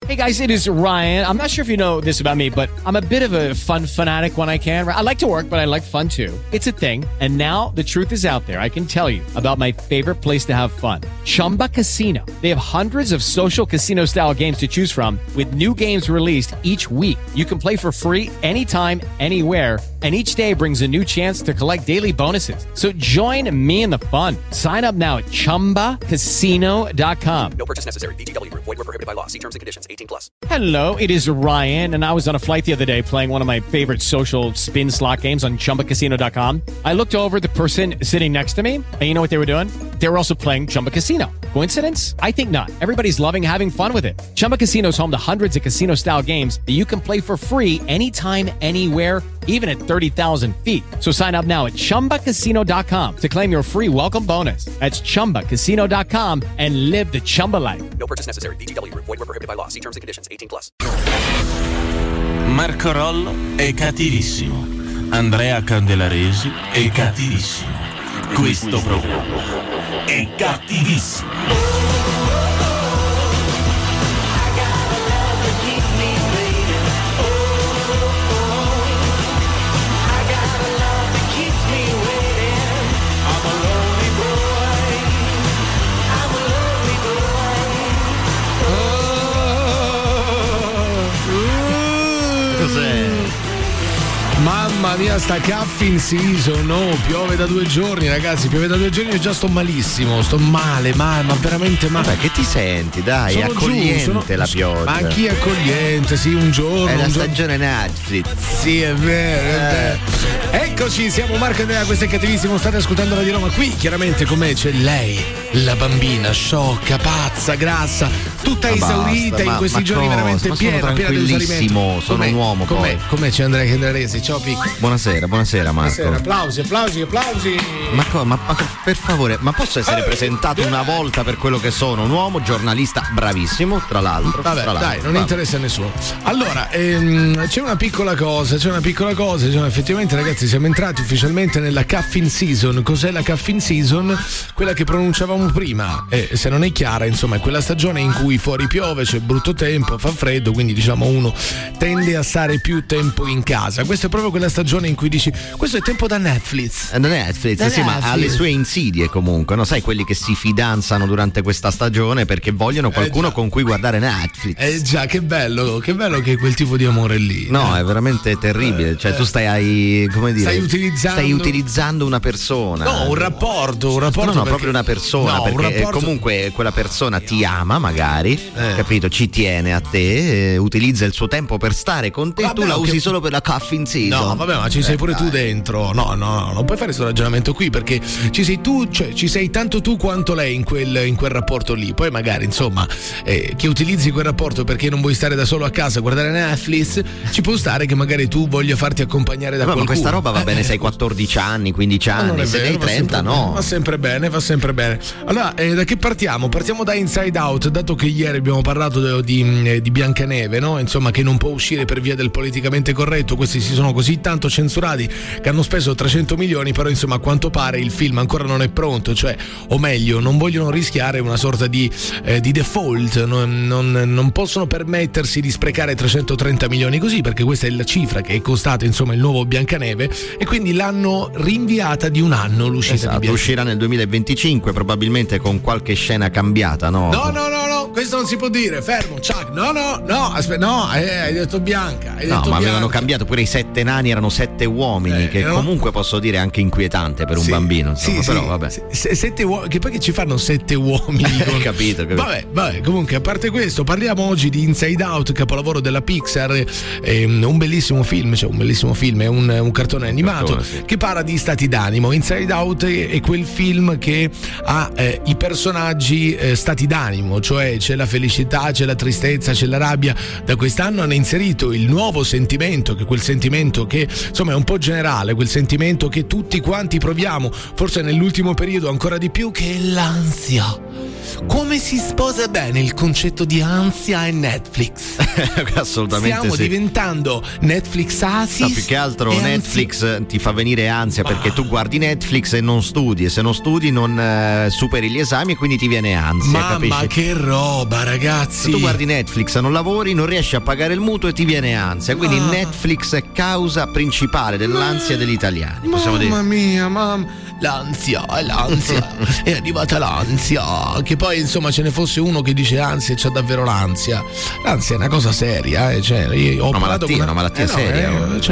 Hey guys, it is Ryan. I'm not sure if you know this about me, but I'm a bit of a fun fanatic when I can. I like to work, but I like fun too. It's a thing. And now the truth is out there. I can tell you about my favorite place to have fun. Chumba Casino. They have hundreds of social casino style games to choose from with new games released each week. You can play for free anytime, anywhere. And each day brings a new chance to collect daily bonuses. So join me in the fun. Sign up now at ChumbaCasino.com. No purchase necessary. VGW Group. Void where prohibited by law. See terms and conditions. 18+. Hello, it is Ryan, and I was on a flight the other day playing one of my favorite social spin slot games on ChumbaCasino.com. I looked over at the person sitting next to me, and you know what they were doing? They were also playing Chumba Casino. Coincidence? I think not. Everybody's loving having fun with it. Chumba Casino is home to hundreds of casino-style games that you can play for free anytime, anywhere, even at 30,000 feet. So sign up now at ChumbaCasino.com to claim your free welcome bonus. That's ChumbaCasino.com and live the Chumba life. No purchase necessary. VGW Group. Void where prohibited by law. See terms and conditions. 18+. Marco Rollo è cattivissimo. Andrea Candelaresi è cattivissimo. Questo programma è cattivissimo. Mamma mia, sta caffeine season, no, piove da 2 giorni, ragazzi, piove da 2 giorni e già sto malissimo, sto male, ma veramente male. Vabbè, che ti senti? Dai, è accogliente la pioggia. Ma chi è accogliente? Sì, un giorno. È la stagione Netflix. Sì, è vero, è vero. Eccoci, siamo Marco e Andrea, questo è Cattivissimo, state ascoltando Radio Roma. Qui chiaramente con me c'è lei, la bambina sciocca, pazza, grassa, tutta esaurita in questi giorni, veramente piena di esaurimento. Sono un uomo poi. Com'è? C'è Andrea Candelaresi, ciao Picco. Buonasera Marco. Buonasera, applausi. Ma per favore, ma posso essere presentato una volta per quello che sono? Un uomo giornalista bravissimo, tra l'altro. Vabbè, dai, non interessa a nessuno. Allora, c'è una piccola cosa, effettivamente ragazzi siamo entrati ufficialmente nella caffeine season. Cos'è la caffeine season? Quella che pronunciavamo prima, se non è chiara, insomma, è quella stagione in cui fuori piove, c'è brutto tempo, fa freddo, quindi diciamo uno tende a stare più tempo in casa. Questa è proprio quella stagione in cui dici questo è tempo da Netflix. Sì, ma ha le sue insidie comunque, no? Sai, quelli che si fidanzano durante questa stagione perché vogliono qualcuno con cui guardare Netflix. Già, che bello che è quel tipo di amore lì. No, è veramente terribile. Cioè, tu stai utilizzando una persona. No, un rapporto. No, perché... proprio una persona. Perché comunque quella persona ti ama, magari, capito? Ci tiene a te, utilizza il suo tempo per stare con te. Tu la usi solo per la caffeine season. No, vabbè, ma ci sei pure tu dentro. No, non puoi fare questo ragionamento qui, perché ci sei tu, cioè ci sei tanto tu quanto lei in quel rapporto lì. Poi magari, insomma, che utilizzi quel rapporto perché non vuoi stare da solo a casa a guardare Netflix, ci può stare che magari tu voglia farti accompagnare da qualcuno. Ma questa roba va bene se hai 14 anni, 15 anni, se hai 30 no. Va sempre bene. Allora, da che partiamo? Partiamo da Inside Out, dato che ieri abbiamo parlato di Biancaneve, no? Insomma, che non può uscire per via del politicamente corretto. Questi si sono così tanto censurati che hanno speso 300 milioni, però insomma a quanto pare il film ancora non è pronto, cioè, o meglio, non vogliono rischiare una sorta di default, non possono permettersi di sprecare 330 milioni così, perché questa è la cifra che è costato insomma il nuovo Biancaneve, e quindi l'hanno rinviata di un anno l'uscita di Biancaneve. Uscirà nel 2025, probabilmente con qualche scena cambiata, no? No, questo non si può dire, fermo, Chuck, no, aspetta, no, hai detto Bianca, avevano cambiato pure i 7 nani, erano 7 uomini, che comunque posso dire anche inquietante per un bambino, insomma, però vabbè. 7 uomini, che poi che ci fanno 7 uomini? Capito. Vabbè, comunque, a parte questo, parliamo oggi di Inside Out, capolavoro della Pixar, un bellissimo film, è un cartone animato che parla di stati d'animo. Inside Out è quel film che ha i personaggi stati d'animo, cioè c'è la felicità, c'è la tristezza, c'è la rabbia. Da quest'anno hanno inserito il nuovo sentimento, che è quel sentimento che insomma è un po' generale, quel sentimento che tutti quanti proviamo, forse nell'ultimo periodo ancora di più, che è l'ansia. come si sposa bene il concetto di ansia e Netflix? Assolutamente. Stiamo diventando Netflix Asis. No, più che altro Netflix ti fa venire ansia perché tu guardi Netflix e non studi, e se non studi non superi gli esami e quindi ti viene ansia. Mamma, capisci? che roba, ragazzi. Se tu guardi Netflix, non lavori, non riesci a pagare il mutuo e ti viene ansia. Quindi Netflix è causa principale dell'ansia degli italiani. Possiamo dire. Mamma mia, l'ansia, è arrivata l'ansia. Che poi insomma ce ne fosse uno che dice ansia e c'ha davvero l'ansia. L'ansia è una cosa seria, cioè, io ho una malattia seria.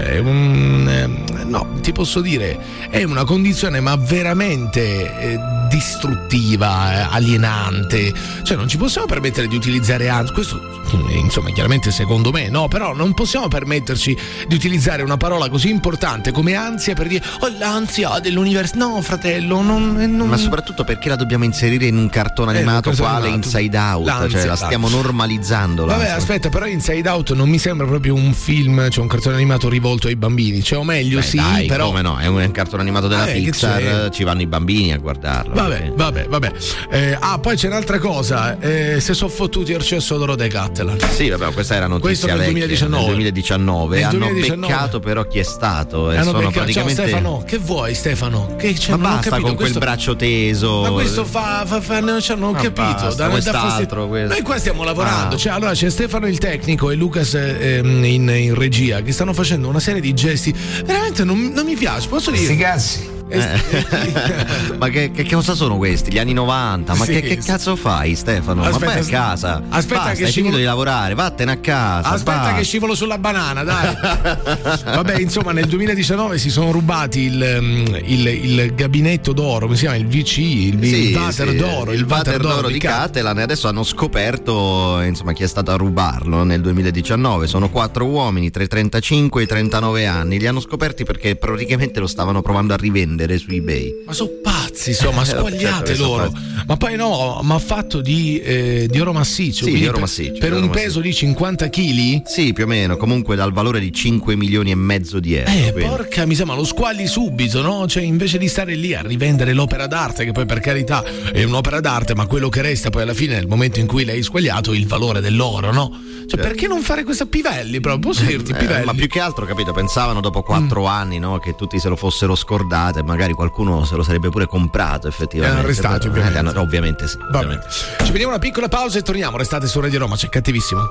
No, ti posso dire, è una condizione ma veramente distruttiva, alienante. Cioè non ci possiamo permettere di utilizzare ansia. Questo insomma chiaramente secondo me no, però non possiamo permetterci di utilizzare una parola così importante come ansia per dire l'ansia dell'universo. No, fratello, non. Ma soprattutto perché la dobbiamo inserire in un cartone animato quale Inside Out, l'ansia, cioè la stiamo normalizzando. Vabbè, aspetta, però Inside Out non mi sembra proprio un film, cioè un cartone animato rivolto ai bambini, cioè o meglio dai, però come no, è un cartone animato della Pixar, ci vanno i bambini a guardarlo. Vabbè. Poi c'è un'altra cosa, se sono fottuti Orcesso d'Oro dei Cattelan. Sì, vabbè, questa era notizia nel vecchia, 2019. Hanno 2019. beccato però chi è stato e hanno sono beccato. praticamente. Ciao Stefano, che vuoi Stefano? Che ma basta con quel braccio teso. Ma questo non ci hanno capito. Quest'altro. Noi qua stiamo lavorando. Cioè, allora c'è Stefano il tecnico e Lucas in regia che stanno facendo una serie di gesti. Veramente non mi piace. Posso dire? Sti cazzi. Ma che cosa sono questi? Gli anni 90? Ma che cazzo fai, Stefano? Ma vai a casa. Aspetta, che hai finito di lavorare, vattene a casa. Aspetta che scivolo sulla banana, dai. Vabbè, insomma, nel 2019 si sono rubati il gabinetto d'oro, come si chiama? Il VC, il Vater d'oro, il Vater d'oro di Cattelan, e adesso hanno scoperto insomma chi è stato a rubarlo nel 2019. Sono 4 uomini tra i 35 e i 39 anni. Li hanno scoperti perché praticamente lo stavano provando a rivendere su eBay. Ma sono pazzi, insomma, squagliate loro. Ma poi no, ma fatto di oro massiccio. Sì, di oro massiccio. Per un peso di 50 kg? Sì, più o meno, comunque dal valore di 5 milioni e mezzo di euro. Porca miseria, ma lo squagli subito, no? Cioè, invece di stare lì a rivendere l'opera d'arte, che poi per carità è un'opera d'arte, ma quello che resta poi alla fine, nel momento in cui l'hai squagliato, il valore dell'oro, no? Cioè, perché non fare questa Pivelli proprio? Posso dirti Pivelli? Ma più che altro, capito, pensavano dopo 4 anni, no? Che tutti se lo fossero scordato e magari qualcuno se lo sarebbe pure comprato effettivamente. Arrestati, ovviamente sì. Ovviamente. Ci vediamo una piccola pausa e torniamo. Restate su Radio Roma, c'è Cattivissimo.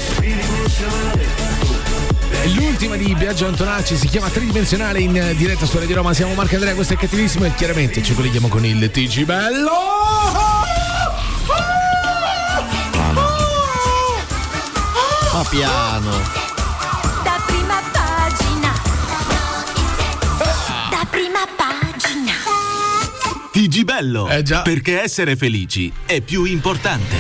L'ultima di Biagio Antonacci si chiama Tridimensionale, in diretta su Radio Roma. Siamo Marco Andrea, questo è Cattivissimo e chiaramente ci colleghiamo con il TG Bello. Ma piano. Da prima pagina. Da prima pagina. TG Bello. Già. Perché essere felici è più importante.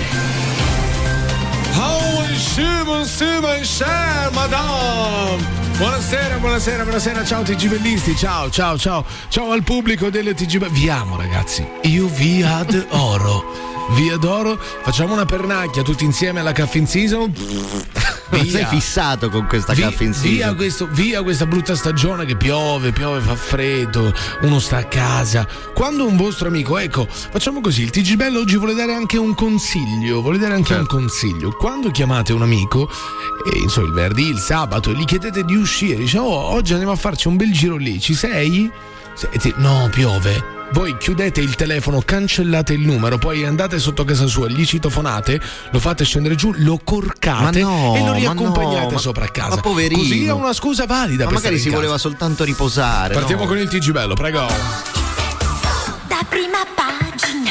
Madame. Buonasera, ciao TG Bellisti, ciao al pubblico delle TG Bello. Vi amo, ragazzi, io vi adoro. Vi adoro, facciamo una pernacchia tutti insieme alla Caffeine Season. Sei fissato con questa Caffeine Season. Via questa brutta stagione che piove, fa freddo, uno sta a casa. Quando un vostro amico, ecco, facciamo così, il TG Bello oggi vuole dare anche un consiglio, un consiglio. Quando chiamate un amico, insomma il venerdì, il sabato, e gli chiedete di uscire, dice oggi andiamo a farci un bel giro lì, ci sei? No, piove. Voi chiudete il telefono, cancellate il numero, poi andate sotto casa sua, gli citofonate, lo fate scendere giù, lo corcate e lo riaccompagnate sopra a casa. Ma poverino. Così è una scusa valida. Ma per magari si voleva soltanto riposare. Partiamo con il TG Bello, prego. Da prima pagina.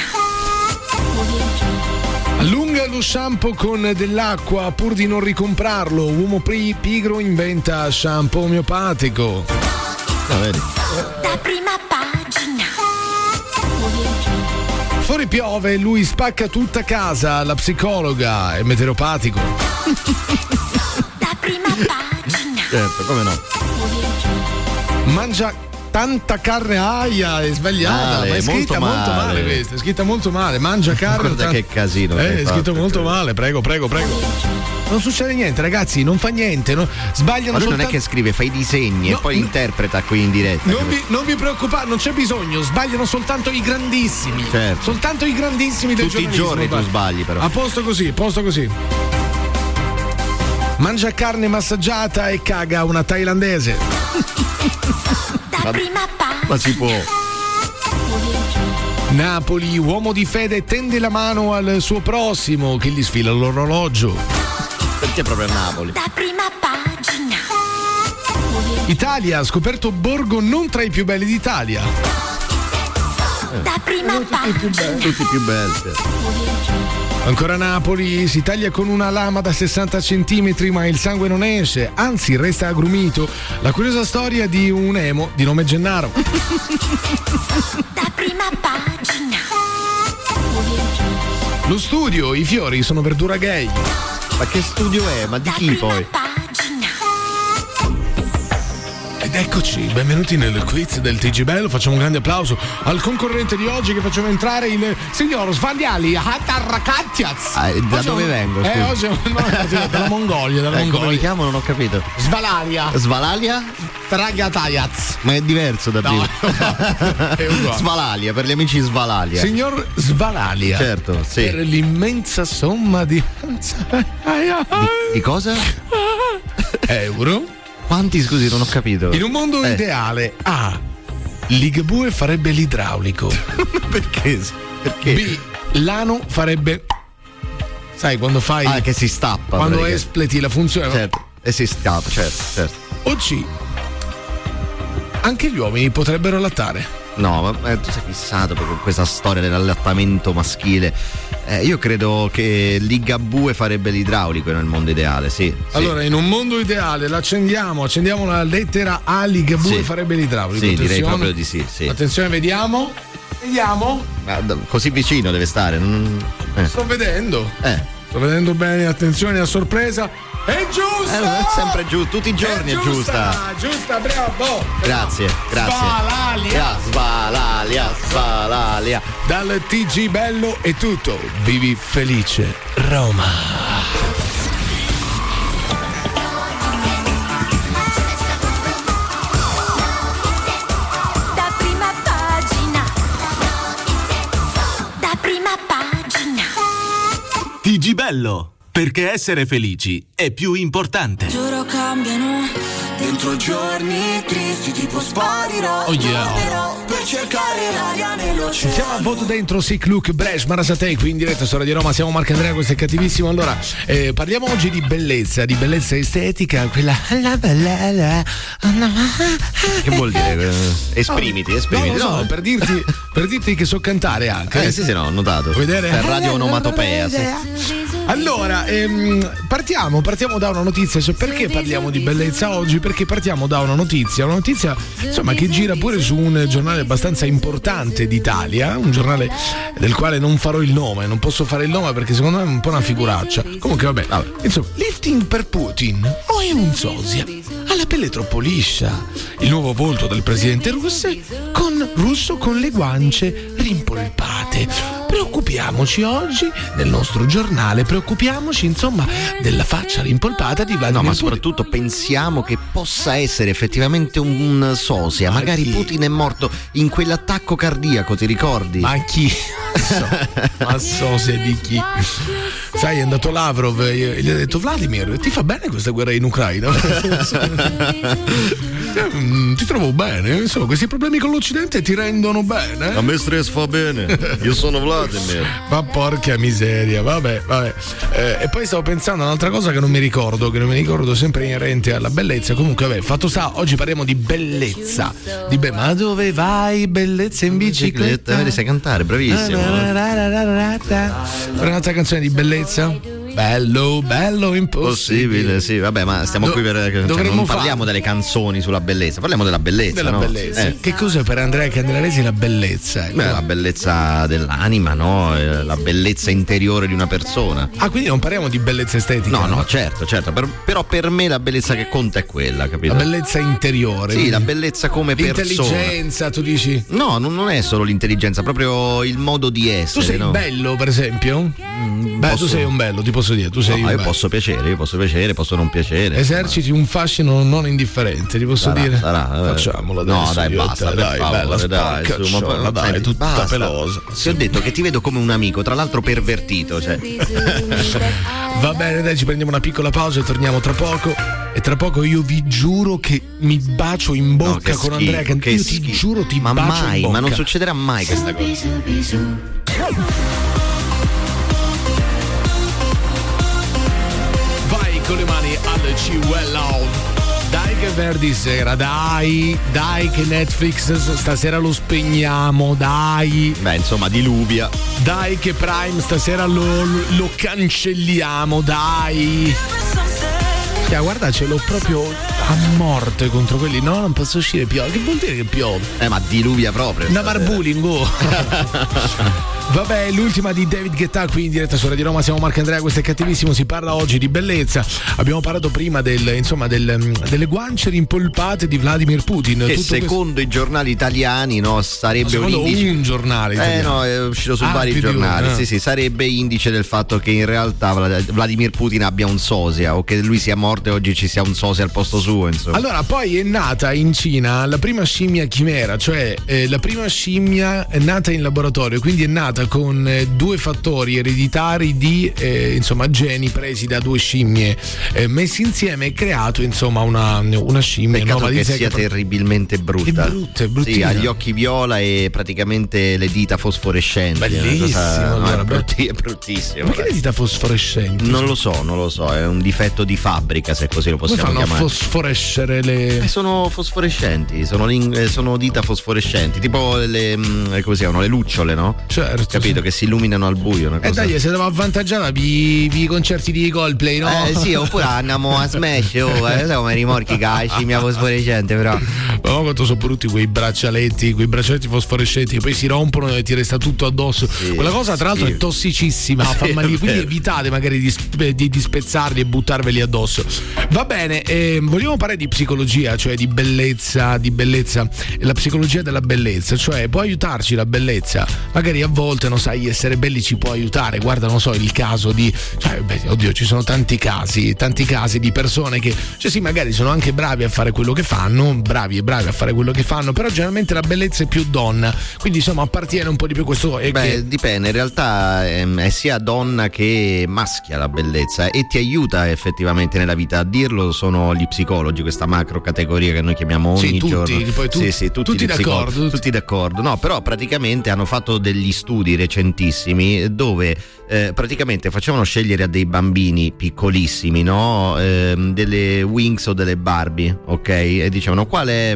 Allunga lo shampoo con dell'acqua pur di non ricomprarlo. Uomo pigro inventa shampoo omeopatico. Vedi. Da prima pagina. Fuori piove, lui spacca tutta casa, la psicologa è meteoropatico. Da prima pagina. Certo, come no. Mangia tanta carne aia, è sbagliata, ma è scritta molto male questa, è scritta molto male. Mangia carne. Guarda che casino. È scritto molto male, prego. Non succede niente, ragazzi, non fa niente, sbagliano Ma lui soltanto. non è che scrive, fa i disegni No, e poi interpreta qui in diretta. Non vi preoccupate, non c'è bisogno, sbagliano soltanto i grandissimi. Certo. Soltanto i grandissimi del Tutti i giornalismo. giorni tu guarda. sbagli, però. A posto così. Mangia carne massaggiata e caga una thailandese. Da prima pagina. Ma si può. Napoli, uomo di fede, tende la mano al suo prossimo che gli sfila l'orologio. Perché proprio a Napoli? Da prima pagina. Italia ha scoperto borgo non tra i più belli d'Italia. Da prima pagina. Tutti più belli. Ancora Napoli, si taglia con una lama da 60 centimetri ma il sangue non esce, anzi resta aggrumito. La curiosa storia di un emo di nome Gennaro. Da prima pagina. Lo studio, i fiori sono verdura gay. Ma che studio è? Ma di Da chi prima poi? pagina. Ed eccoci, benvenuti nel quiz del TG Bello. Facciamo un grande applauso al concorrente di oggi che facciamo entrare, il signor Svandiali Hatarrakatiaz. Da dove vengo? scusa? Oggi dalla Mongolia, Come mi chiamo? Non ho capito. Svalalia Svalalia? Tragatayaz. Ma è diverso da prima. È uguale. Svalalia, per gli amici Svalalia. Signor Svalalia. Certo, sì. Per l'immensa somma di Di cosa? euro. Quanti, scusi, non ho capito. In un mondo ideale, A. Ligabue farebbe l'idraulico. Perché? Perché? B. L'ano farebbe. Sai, quando fai. Ah, che si stappa. Quando praticamente. espleti la funzione. Certo. E si stappa, certo. O C. Anche gli uomini potrebbero allattare. No, ma tu sei fissato proprio con questa storia dell'allattamento maschile. Io credo che Ligabue farebbe l'idraulico nel mondo ideale, sì. Allora, in un mondo ideale accendiamo la lettera A, Ligabue Sì. farebbe l'idraulico. Sì, direi Attenzione. proprio di sì, sì. Attenzione, vediamo. Ma così vicino deve stare. Sto vedendo. Eh. Sto vedendo bene, attenzione a sorpresa. È giusta! È sempre giusto, tutti i giorni è giusta. Giusta, bravo. Grazie. Svalalia. Dal TG Bello è tutto. Vivi felice, Roma. Da prima pagina. Da prima pagina. TG Bello, perché essere felici è più importante. Giuro cambiano dentro giorni tristi, tipo sparirò. Oh yeah. Tornerò per cercare l'aria nell'oceano. Siamo a voto dentro Sick Luke Bresh Marasatei qui in diretta Storia di Roma. Siamo Marco Andrea, questo è Cattivissimo. Allora, parliamo oggi di bellezza estetica, quella la bella. Che vuol dire? Esprimiti. No, per dirti che so cantare anche. Sì, no, ho notato. Vuoi vedere? Per radio onomatopea, sì. Allora, partiamo da una notizia. Perché parliamo di bellezza oggi? Perché partiamo da una notizia insomma che gira pure su un giornale abbastanza importante d'Italia, un giornale del quale non farò il nome, non posso fare il nome perché secondo me è un po' una figuraccia. Comunque vabbè. Insomma, lifting per Putin o è un sosia? Ha la pelle troppo liscia. Il nuovo volto del presidente russo con le guance rimpolpate. Preoccupiamoci oggi nel nostro giornale, insomma della faccia rimpolpata di Vladimir No, ma Putin. soprattutto pensiamo che possa essere effettivamente un sosia. Ma Magari chi? Putin è morto in quell'attacco cardiaco, ti ricordi? Ma chi? Ma sosia di chi? Sai, è andato Lavrov e gli ha detto: Vladimir, ti fa bene questa guerra in Ucraina? Ti trovo bene, insomma, questi problemi con l'Occidente ti rendono bene? A me stress fa bene. Io sono Vladimir. Ma porca miseria, vabbè. E poi stavo pensando a un'altra cosa che non mi ricordo, sempre inerente alla bellezza. Comunque, vabbè, fatto sta, oggi parliamo di bellezza. Ma dove vai, bellezza in bicicletta? Vedi, sai cantare, bravissimo. Per un'altra canzone di bellezza? Bello, impossibile. Possibile, sì, vabbè, ma stiamo qui per. Non parliamo delle canzoni sulla bellezza, parliamo della bellezza. Della no? bellezza. Che cos'è per Andrea Candelaresi la bellezza? Beh, la bellezza dell'anima, no? La bellezza interiore di una persona. Ah, quindi non parliamo di bellezza estetica? No, certo. Però per me la bellezza che conta è quella, capito? La bellezza interiore. Sì, la bellezza come persona. L'intelligenza, tu dici? No, non è solo l'intelligenza, proprio il modo di essere. Tu sei no? bello, per esempio? Tu sei un bello, tipo posso dire, tu sei io posso piacere, posso non piacere. Eserciti un fascino non indifferente, ti posso dire? Facciamola adesso. No, dai, basta, dai, bella spaccacciona, dai, tutta basta. Pelosa. Ti ho detto che ti vedo come un amico, tra l'altro pervertito, cioè. Va bene, dai, ci prendiamo una piccola pausa e torniamo tra poco. E tra poco io vi giuro che mi bacio in bocca con Andrea Cantino. Io ti giuro, ti bacio mai, in bocca. Ma non succederà mai questa cosa. Vai con le mani al ciuello. Dai che venerdì sera, dai che Netflix stasera lo spegniamo, dai. Beh, insomma, diluvia. Dai che Prime stasera lo cancelliamo, dai. Guarda, ce l'ho proprio a morte contro quelli. No, non posso uscire, piove. Che vuol dire che piove? Ma diluvia proprio. Una marbulingo. Vabbè, l'ultima di David Guetta qui in diretta su Radio Roma. Siamo Marco Andrea, questo è Cattivissimo. Si parla oggi di bellezza. Abbiamo parlato prima delle guance rimpolpate di Vladimir Putin. Che secondo i giornali italiani, no, sarebbe un indice. Un giornale italiano. No, è uscito su vari giornali. Sì, sarebbe indice del fatto che in realtà Vladimir Putin abbia un sosia, o che lui sia morto e oggi ci sia un sosia al posto suo, insomma. Allora, poi è nata in Cina la prima scimmia chimera, cioè la prima scimmia è nata in laboratorio, quindi è nata con due fattori ereditari di geni presi da due scimmie messi insieme e creato insomma una scimmia. Peccato nuova che sia terribilmente brutta. È bruttina. Sì, ha gli occhi viola e praticamente le dita fosforescenti. Bellissimo, è bruttissimo. Perché le dita fosforescenti? Non lo so, è un difetto di fabbrica, se così lo possiamo chiamare. Come fanno a fosforescere le... sono fosforescenti, sono dita fosforescenti, tipo come si chiamano, le lucciole, no? Certo. Capito, che si illuminano al buio. Una cosa. Dai, siamo avvantaggiata i concerti di Coldplay, no? Sì, oppure andiamo a Smash, sai come rimorchi che la scimmia fosforescente, però. Ma quanto sono brutti quei braccialetti fosforescenti che poi si rompono e ti resta tutto addosso. Sì, quella cosa tra l'altro è tossicissima, fa male, quindi evitate magari di spezzarli e buttarveli addosso. Va bene, vogliamo parlare di psicologia, cioè di bellezza, la psicologia della bellezza, cioè può aiutarci la bellezza, magari a volte, non sai, essere belli ci può aiutare. Guarda, non so, il caso di, ci sono tanti casi di persone che, cioè sì, magari sono anche bravi a fare quello che fanno, bravi a fare quello che fanno, però generalmente la bellezza è più donna, quindi insomma appartiene un po' di più questo. Dipende, in realtà è sia donna che maschia la bellezza, e ti aiuta effettivamente nella vita. A dirlo sono gli psicologi, questa macro categoria che noi chiamiamo ogni giorno. Tutti d'accordo. Tutti d'accordo. No, però praticamente hanno fatto degli studi recentissimi dove praticamente facevano scegliere a dei bambini piccolissimi, no? Delle Wings o delle Barbie, ok? E dicevano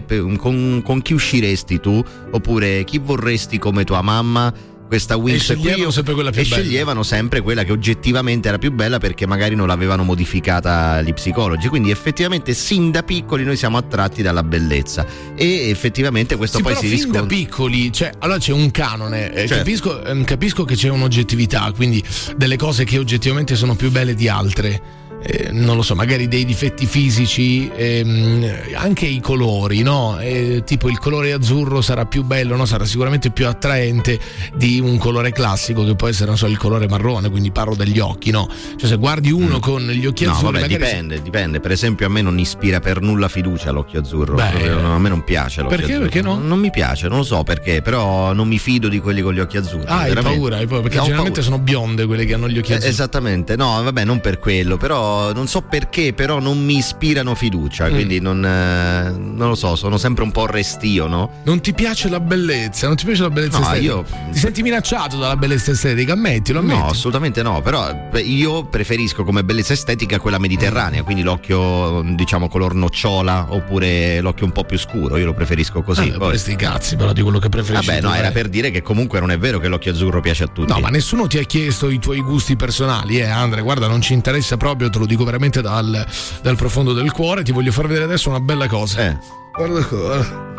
con chi usciresti tu, oppure chi vorresti come tua mamma. Questa Wings sceglievano sempre quella che oggettivamente era più bella, perché magari non l'avevano modificata gli psicologi. Quindi effettivamente sin da piccoli noi siamo attratti dalla bellezza, e effettivamente questo poi si riscontra. Fin da piccoli, cioè, allora c'è un canone, certo. Capisco che c'è un'oggettività, quindi delle cose che oggettivamente sono più belle di altre. Non lo so, magari dei difetti fisici, anche i colori, no? Tipo il colore azzurro sarà più bello, no? Sarà sicuramente più attraente di un colore classico che può essere, non so, il colore marrone, quindi parlo degli occhi, no? Cioè se guardi uno con gli occhi azzurri, magari dipende. Per esempio a me non ispira per nulla fiducia l'occhio azzurro. A me non piace l'occhio azzurro. Perché no? Non mi piace, non lo so perché, però non mi fido di quelli con gli occhi azzurri. Hai paura, perché generalmente sono bionde quelle che hanno gli occhi azzurri. Esattamente, no, vabbè, non per quello, però non so perché, però non mi ispirano fiducia, quindi non lo so, sono sempre un po' restio, no? Non ti piace la bellezza? Estetica? Ti senti minacciato dalla bellezza estetica? Ammettilo. No, assolutamente no, però io preferisco come bellezza estetica quella mediterranea, quindi l'occhio diciamo color nocciola, oppure l'occhio un po' più scuro, io lo preferisco così. Questi cazzi però di quello che preferisci. Vabbè, no, era per dire che comunque non è vero che l'occhio azzurro piace a tutti. No, ma nessuno ti ha chiesto i tuoi gusti personali, Andre, guarda, non ci interessa proprio, te lo dico veramente dal profondo del cuore. Ti voglio far vedere adesso una bella cosa. Guarda qua.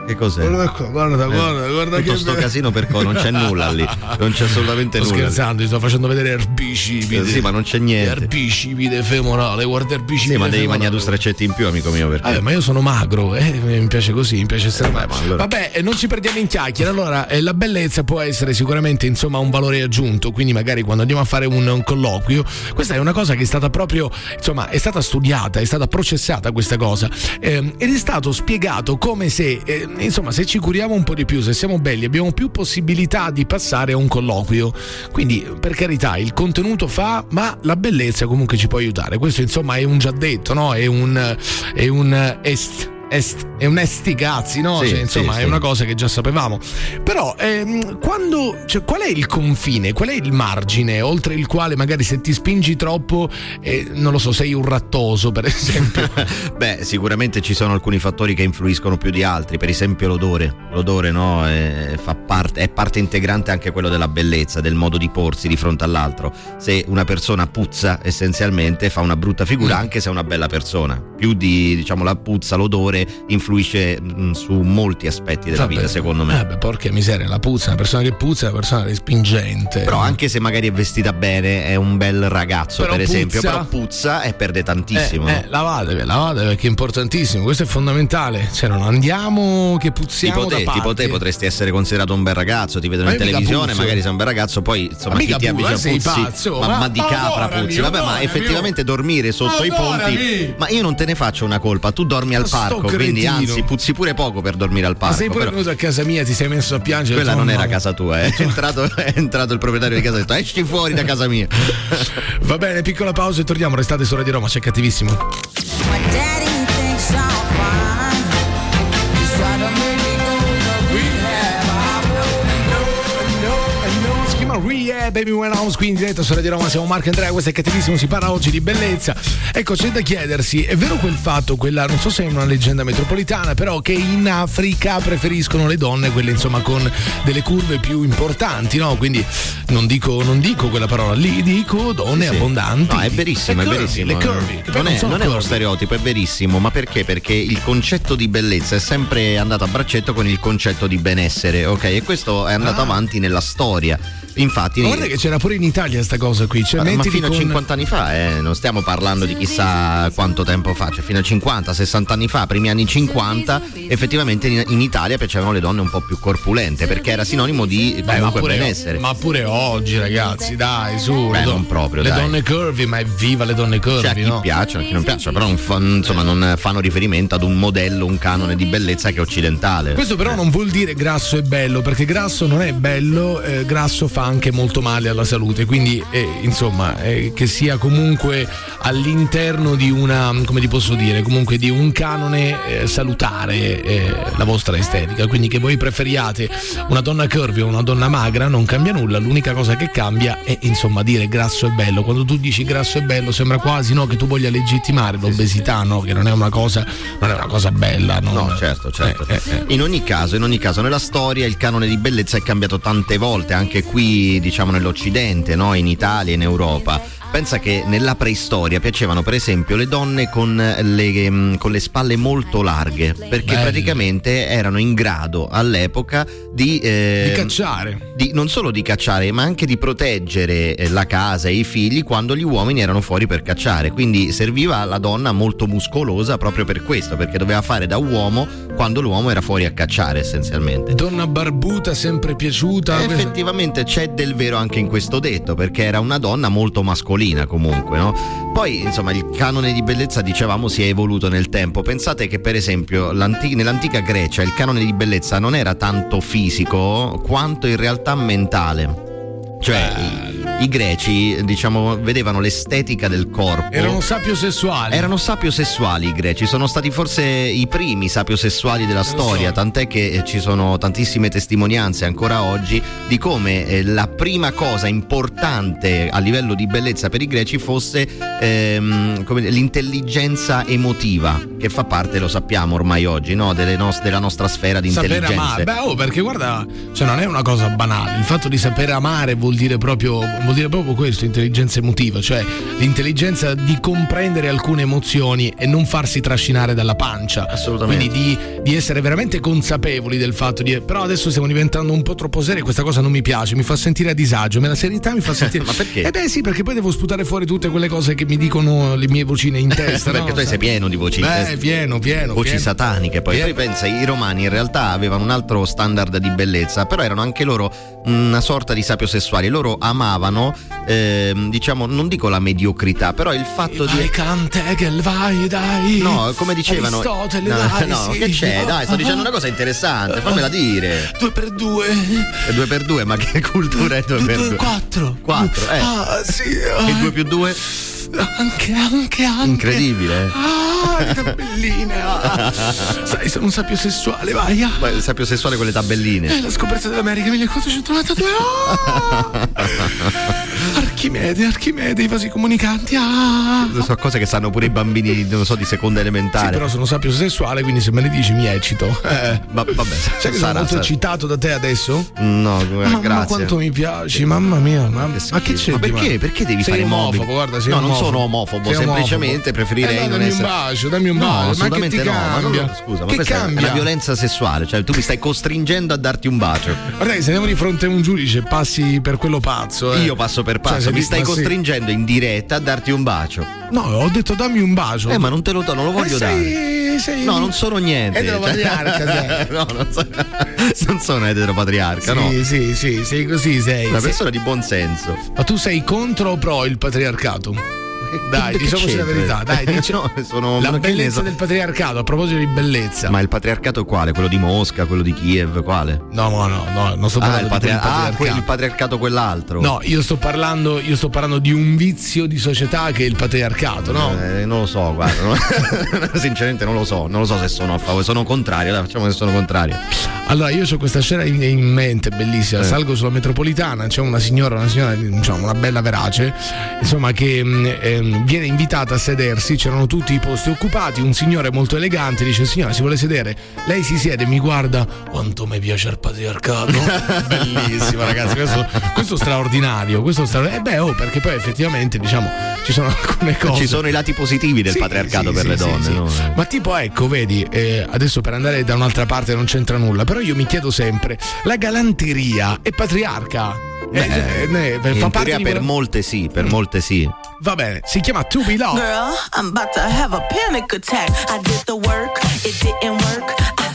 Che cos'è? Guarda qua, guarda tutto che sto casino per cosa? Non c'è nulla lì, non c'è assolutamente sto nulla. scherzando, ti sto facendo vedere erbicipite. Sì, ma non c'è niente. Erbicipite femorale, guarda erbicipite. Sì, ma devi femorale. mangiare 2 straccetti in più, amico mio, perché Ma io sono magro, mi piace così, mi piace essere magro. allora. Vabbè, non ci perdiamo in chiacchiere. Allora, la bellezza può essere sicuramente, insomma, un valore aggiunto. Quindi, magari quando andiamo a fare un colloquio, questa è una cosa che è stata proprio, insomma, è stata studiata, è stata processata questa cosa, ed è stato spiegato come se, insomma, se ci curiamo un po' di più, se siamo belli, abbiamo più possibilità di passare a un colloquio. Quindi, per carità, il contenuto fa, ma la bellezza comunque ci può aiutare. Questo, insomma, è un già detto, no? È un esti cazzi, no? Sì, Cioè, insomma, sì, è sì. una cosa che già sapevamo. Però qual è il confine, qual è il margine oltre il quale magari se ti spingi troppo, non lo so, sei un rattoso, per esempio? Beh, sicuramente ci sono alcuni fattori che influiscono più di altri, per esempio l'odore, no? È parte integrante anche quello della bellezza, del modo di porsi di fronte all'altro. Se una persona puzza, essenzialmente fa una brutta figura, anche se è una bella persona. Più di, diciamo, la puzza, l'odore influisce su molti aspetti della vita, secondo me. Porca miseria, la puzza, una persona che puzza è una persona respingente. Però anche se magari è vestita bene, è un bel ragazzo, Però per esempio, puzza. però puzza e perde tantissimo. Lavate perché è importantissimo, questo è fondamentale. Cioè, non andiamo che puzziamo Tipo te potresti essere considerato un bel ragazzo, ti vedono Ma in io mica televisione, puzzo. magari sei un bel ragazzo, poi insomma Ma chi mica ti avvicina sei puzzi, pazzo, ma di capra adorami, puzzi. Vabbè, ma adorami, effettivamente dormire sotto i ponti, adorami. ma io non te ne faccio una colpa, tu dormi al Ma sto parco, quindi cretino. anzi puzzi pure poco per dormire al Ma parco. sei pure però venuto a casa mia, ti sei messo a piangere. quella non era casa. casa tua, è entrato il proprietario di casa e ha detto esci fuori da casa mia. Va bene, piccola pausa e torniamo, restate su Radio Roma, c'è Cattivissimo. My daddy thinks I'm fine. He's trying to make me go to rehab. Si chiama Rehab, Baby When I Was qui in diretta su Radio Roma, siamo Marco e Andrea, questo è Cattivissimo, si parla oggi di bellezza. Ecco, c'è da chiedersi, è vero quel fatto, non so se è una leggenda metropolitana, però che in Africa preferiscono le donne, quelle insomma con delle curve più importanti, no? Quindi non dico quella parola lì, dico donne Sì. abbondanti. No, è verissimo, Le è curvy, verissimo. Le curvy, che poi Non è sono uno curvy. stereotipo, è verissimo, ma perché? Perché il concetto di bellezza è sempre andato a braccetto con il concetto di benessere, ok? E questo è andato avanti nella storia. Infatti, Ma guarda che c'era pure in Italia sta cosa qui, cioè ma mettili fino a con... 50 anni fa, non stiamo parlando di chissà quanto tempo fa, cioè fino a 50, 60 anni fa, primi anni 50, effettivamente in Italia piacevano le donne un po' più corpulente, perché era sinonimo di comunque benessere. Ma pure oggi, ragazzi, dai, su. Beh, non proprio, le dai. donne curvy, ma evviva le donne curvy, C'è a chi no? piacciono, a chi non piacciono, però non fanno riferimento ad un modello, un canone di bellezza che è occidentale. Questo però non vuol dire grasso è bello, perché grasso non è bello, grasso fa anche molto male alla salute, quindi insomma che sia comunque all'interno di una, come ti posso dire, comunque di un canone salutare la vostra estetica, quindi che voi preferiate una donna curvy o una donna magra non cambia nulla, l'unica cosa che cambia è insomma dire grasso è bello. Quando tu dici grasso è bello sembra quasi, no, che tu voglia legittimare l'obesità, no, che non è una cosa bella, no? No, certo. In ogni caso, nella storia il canone di bellezza è cambiato tante volte, anche qui, diciamo, nell'Occidente, no? In Italia, in Europa. Pensa che nella preistoria piacevano per esempio le donne con le spalle molto larghe, perché praticamente erano in grado all'epoca di cacciare, non solo di cacciare, ma anche di proteggere la casa e i figli quando gli uomini erano fuori per cacciare. Quindi serviva la donna molto muscolosa proprio per questo, perché doveva fare da uomo quando l'uomo era fuori a cacciare, essenzialmente. Donna barbuta sempre piaciuta. Effettivamente c'è del vero anche in questo detto, perché era una donna molto mascolina comunque, no? Poi insomma il canone di bellezza, dicevamo, si è evoluto nel tempo. Pensate che per esempio nell'antica Grecia il canone di bellezza non era tanto fisico quanto in realtà mentale. Cioè i greci, diciamo, vedevano l'estetica del corpo. Erano sapiosessuali i greci, sono stati forse i primi sapiosessuali della storia, tant'è che ci sono tantissime testimonianze ancora oggi di come la prima cosa importante a livello di bellezza per i greci fosse l'intelligenza emotiva. che fa parte, lo sappiamo ormai oggi, no? Della nostra sfera di sapere intelligenze. amare. Perché guarda, cioè non è una cosa banale. Il fatto di sapere amare vuol dire proprio questo, intelligenza emotiva, cioè l'intelligenza di comprendere alcune emozioni e non farsi trascinare dalla pancia. Assolutamente. Quindi di essere veramente consapevoli del fatto di. Però adesso stiamo diventando un po' troppo seri, questa cosa non mi piace, mi fa sentire a disagio. La serietà mi fa sentire. Ma perché? Sì, perché poi devo sputare fuori tutte quelle cose che mi dicono le mie vocine in testa. Perché tu sei pieno di voci in testa. Pieno. Voci sataniche. Poi pensa, i romani in realtà avevano un altro standard di bellezza, però erano anche loro una sorta di sapiosessuali. Loro amavano, diciamo, non dico la mediocrità, però il fatto vai, Cantegel, vai, dai. No, come dicevano. Aristotele, dai, no, sì. che c'è? Dai, sto dicendo una cosa interessante, fammela dire. 2x2. 2x2, ma che cultura è 2x2? 4. 4, sì. E 2+2? Anche. Incredibile. Le tabelline. Sai, sono un sapiosessuale, vai. Il sapiosessuale con le tabelline. La scoperta dell'America 1492. Archimede, i vasi comunicanti. Sono cose che sanno pure i bambini, non so, di seconda elementare. Sì, però sono sapiosessuale, quindi se me le dici mi eccito. Vabbè. Sai che sono molto eccitato da te adesso? No, grazie. Ma quanto mi piaci, mamma mia. Ma che c'è? Ma perché? Perché devi sei fare omofobo, mobbing? Guarda, sei no, omofobo. non sono omofobo, sei semplicemente preferirei non essere. Dammi un bacio. No, assolutamente ma che ti cambia? No, scusa, ma che questa cambia? è una violenza sessuale, cioè tu mi stai costringendo a darti un bacio. Guarda, se andiamo di fronte a un giudice passi per quello pazzo. Io passo per pazzo, cioè, mi stai costringendo in diretta a darti un bacio. No, ho detto dammi un bacio. Ma non te lo do, non lo voglio dare. No, non sono niente. Eteropatriarca, no, non sono eteropatriarca, no. Sì, sei così, sei. Una persona di buon senso. Ma tu sei contro o pro il patriarcato? Dai, diciamoci la verità, dai, dici la bellezza del patriarcato, a proposito di bellezza. Ma il patriarcato quale? Quello di Mosca, quello di Kiev, quale? No, non sto parlando di patriarcato. Il patriarcato quell'altro. No, io sto parlando di un vizio di società che è il patriarcato, no? Non lo so, guarda, sinceramente non lo so se sono a favore, sono contrario, dai, facciamo che sono contrario. Allora, io ho questa scena in mente bellissima, salgo sulla metropolitana, c'è una signora, diciamo, una bella verace, insomma, che viene invitata a sedersi, c'erano tutti i posti occupati, un signore molto elegante dice: signora, si vuole sedere? Lei si siede, mi guarda, quanto mi piace il patriarcato. Bellissimo, ragazzi, questo straordinario, perché poi effettivamente, diciamo, ci sono alcune cose, ci sono i lati positivi del patriarcato per le donne, no? Ma tipo, ecco, vedi, adesso per andare da un'altra parte non c'entra nulla, però io mi chiedo sempre, la galanteria è patriarca? Fa parte per molte sì. Va bene, si chiama To Be Loved. Girl, I'm about to have a panic attack. I did the work, it didn't work.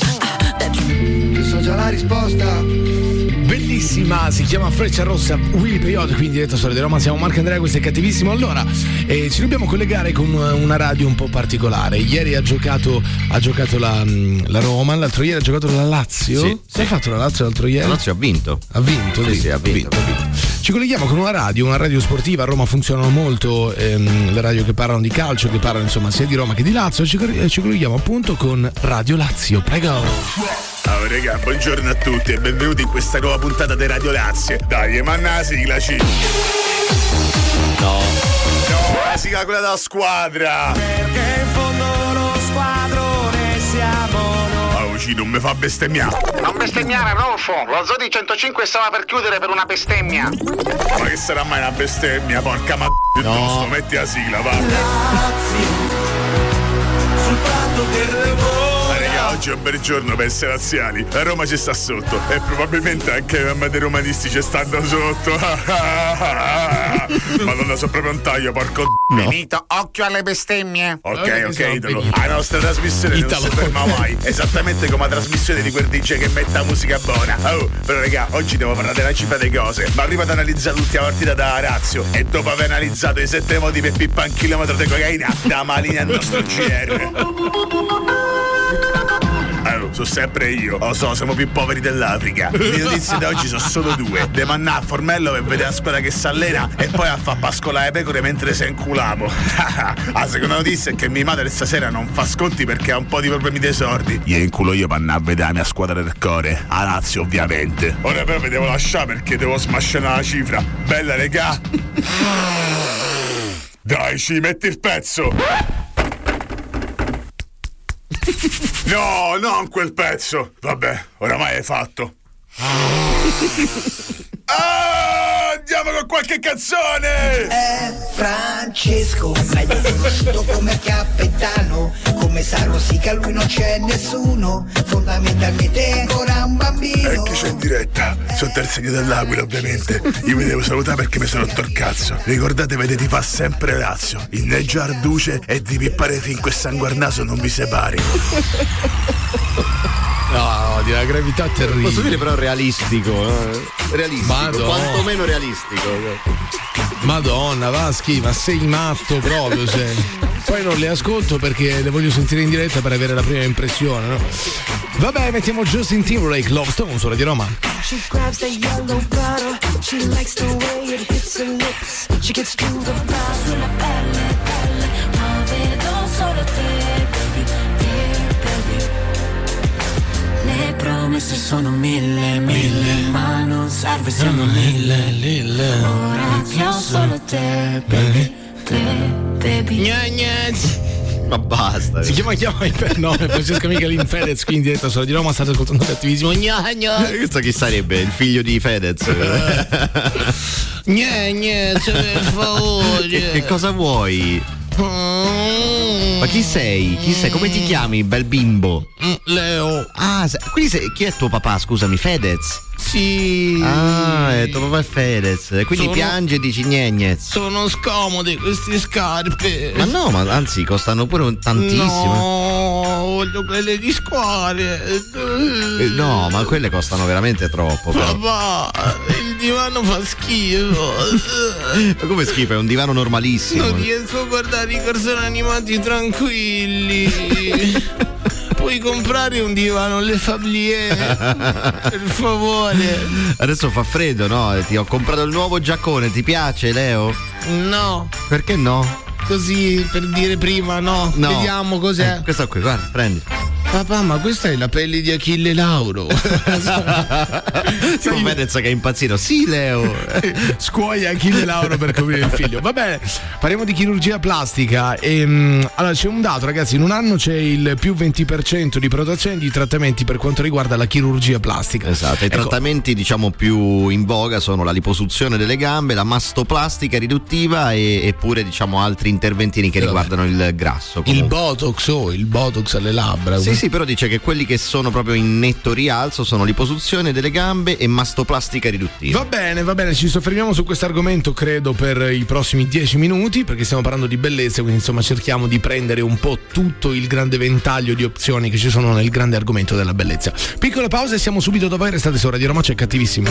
So già la risposta. Bellissima, si chiama Freccia Rossa, Willy Peyote, qui in diretta Storia di Roma. Siamo Marco Andrea, questo è Cattivissimo. Allora, ci dobbiamo collegare con una radio un po' particolare. Ieri ha giocato la Roma, l'altro ieri ha giocato la Lazio. Sì. Ha fatto la Lazio l'altro ieri? La Lazio ha vinto. Ha vinto? Sì, ha vinto. Ci colleghiamo con una radio sportiva. A Roma funzionano molto le radio che parlano di calcio, che parlano insomma sia di Roma che di Lazio. Ci colleghiamo appunto con Radio Lazio. Prego. Ciao raga, buongiorno a tutti e benvenuti in questa nuova puntata di Radio Lazio. Dai, manna la sigla, No, la sigla quella della squadra. Perché in fondo lo squadrone siamo noi. Non mi fa bestemmiare. Non bestemmiare, Rolfo. Lo Zodi 105 stava per chiudere per una bestemmia. Ma che sarà mai una bestemmia, porca piuttosto, metti la sigla, va. Sul prato del revo. Oggi è un bel giorno per essere laziali. La Roma ci sta sotto e probabilmente anche i mamma dei romanisti ci stanno sotto. Madonna, sono proprio un taglio, porco Benito, occhio alle bestemmie. Ok, Italo. La nostra trasmissione non si ferma mai. Esattamente come la trasmissione di quel DJ che mette la musica buona. Però raga, oggi devo parlare della cifra delle cose. Ma prima di analizzare l'ultima partita da Lazio e dopo aver analizzato i 7 modi per pippare un chilometro di cocaina da Malini al nostro GR. Sono sempre io. Lo so, siamo più poveri dell'Africa. Le notizie di oggi sono solo 2. De mannà a Formello per vedere la squadra che si allena e poi a far pascolare le pecore mentre se inculamo. La seconda notizia è che mia madre stasera non fa sconti perché ha un po' di problemi dei sordi. Gli inculo io per andare a vedere la mia squadra del cuore, a Lazio ovviamente. Ora però vi devo lasciare perché devo smascellare la cifra. Bella regà. Dai, ci metti il pezzo. No, non quel pezzo. Vabbè, oramai hai fatto. Andiamo con qualche canzone. Francesco, meglio conosciuto come Capitano. Come sa Rosica lui non c'è nessuno. Fondamentalmente è ancora un bambino. E chi c'è in diretta? Sotto il segno dell'aquila, ovviamente. Io vi devo salutare perché mi sono rotto il cazzo. Ricordate, vedete, fa sempre Lazio. Inneggia Arduce e di pippare fin che sangue al naso non vi separi. No, di una gravità terribile. Posso dire però realistico, realistico, quantomeno realistico. Madonna, Vaschi, ma sei matto proprio, sei. Poi non le ascolto perché le voglio sentire in diretta per avere la prima impressione, no? Vabbè, mettiamo Justin Timberlake, Love Stone su Radio Roma. She grabs the yellow bottle, she likes the way it hits her lips. She gets to the bottom. Sulla pelle, pelle, ma vedo solo te, baby, dear baby. Le promesse sono mille, ma non serve, sono mille. Ora che ho solo te, baby, te, baby. Ma basta. Si chiama no, Francesca Michelin Fedez qui in diretta su Radio Roma, state ascoltando Cattivissimo. Questo chi sarebbe? Il figlio di Fedez? Per favore. Che cosa vuoi? Ma chi sei? Come ti chiami, bel bimbo? Leo. Quindi chi è tuo papà, scusami, Fedez? Sì. Tuo papà è Fedez. Quindi piange e dici gnegnez. Sono scomode queste scarpe. Ma no, ma anzi costano pure tantissimo. No, voglio quelle di squadre. No, ma quelle costano veramente troppo. Papà, il divano fa schifo. Ma come schifo? È un divano normalissimo. Non riesco a guardare i cartoni animati tranquilli. Puoi comprare un divano Le Fablier, per favore. Adesso fa freddo, no? Ti ho comprato il nuovo giaccone, ti piace, Leo? No. Perché no? Così per dire prima, no. Vediamo cos'è. Questo qui, guarda, prendi. Papà, ma questa è la pelle di Achille Lauro. Sei Fedez che è impazzito. Sì, Leo. Scuoia Achille Lauro per coprire il figlio. Va bene, parliamo di chirurgia plastica. Allora c'è un dato, ragazzi, in un anno c'è il più 20% di prenotazioni di trattamenti per quanto riguarda la chirurgia plastica. Esatto, i trattamenti diciamo più in voga sono la liposuzione delle gambe, la mastoplastica riduttiva e pure diciamo altri interventini che riguardano il grasso. Il Botox alle labbra. Sì, però dice che quelli che sono proprio in netto rialzo sono liposuzione delle gambe e mastoplastica riduttiva. Va bene, ci soffermiamo su questo argomento credo per i prossimi 10 minuti perché stiamo parlando di bellezza, quindi insomma cerchiamo di prendere un po' tutto il grande ventaglio di opzioni che ci sono nel grande argomento della bellezza. Piccola pausa e siamo subito dopo, restate su Radio Roma, c'è Cattivissimo.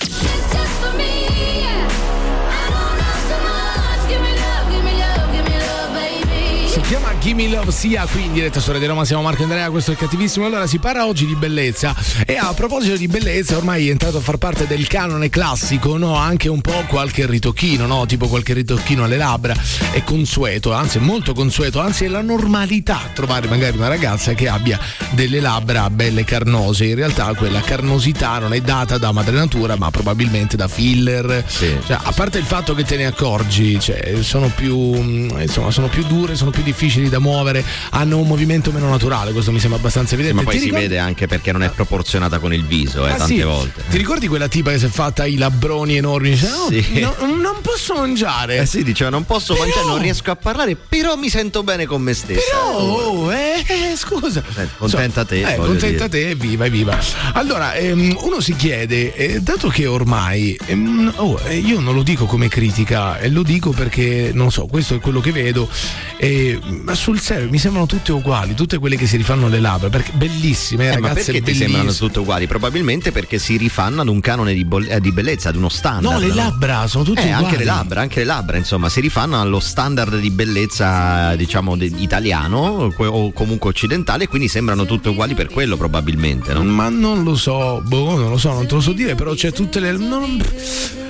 Si chiama Gimme Love Sia qui in diretta su Radio Roma, siamo Marco Andrea, questo è Cattivissimo. Allora si parla oggi di bellezza e a proposito di bellezza ormai è entrato a far parte del canone classico, no? Anche un po' qualche ritocchino, no? Tipo qualche ritocchino alle labbra è consueto, anzi è molto consueto, anzi è la normalità trovare magari una ragazza che abbia delle labbra belle carnose. In realtà quella carnosità non è data da madre natura ma probabilmente da filler, sì. Cioè, a parte il fatto che te ne accorgi, cioè sono più dure, sono più difficili da muovere, hanno un movimento meno naturale, questo mi sembra abbastanza evidente. Ma poi si vede anche perché non è proporzionata con il viso, tante volte. Ti ricordi quella tipa che si è fatta i labbroni enormi? Dice, non posso mangiare. Sì, diceva non posso mangiare, non riesco a parlare, però mi sento bene con me stessa. Scusa. Contenta te. Contenta te, viva. Allora, uno si chiede, dato che ormai, io non lo dico come critica, lo dico perché, non so, questo è quello che vedo, ma sul serio mi sembrano tutte uguali, tutte quelle che si rifanno le labbra, perché bellissime, ragazze. Ma perché ti sembrano tutte uguali? Probabilmente perché si rifanno ad un canone di bellezza, ad uno standard. No, le labbra sono tutte uguali. Anche le labbra, insomma, si rifanno allo standard di bellezza, diciamo, italiano o comunque occidentale, e quindi sembrano tutte uguali per quello, probabilmente, no? Ma non lo so, non te lo so dire, però c'è tutte le...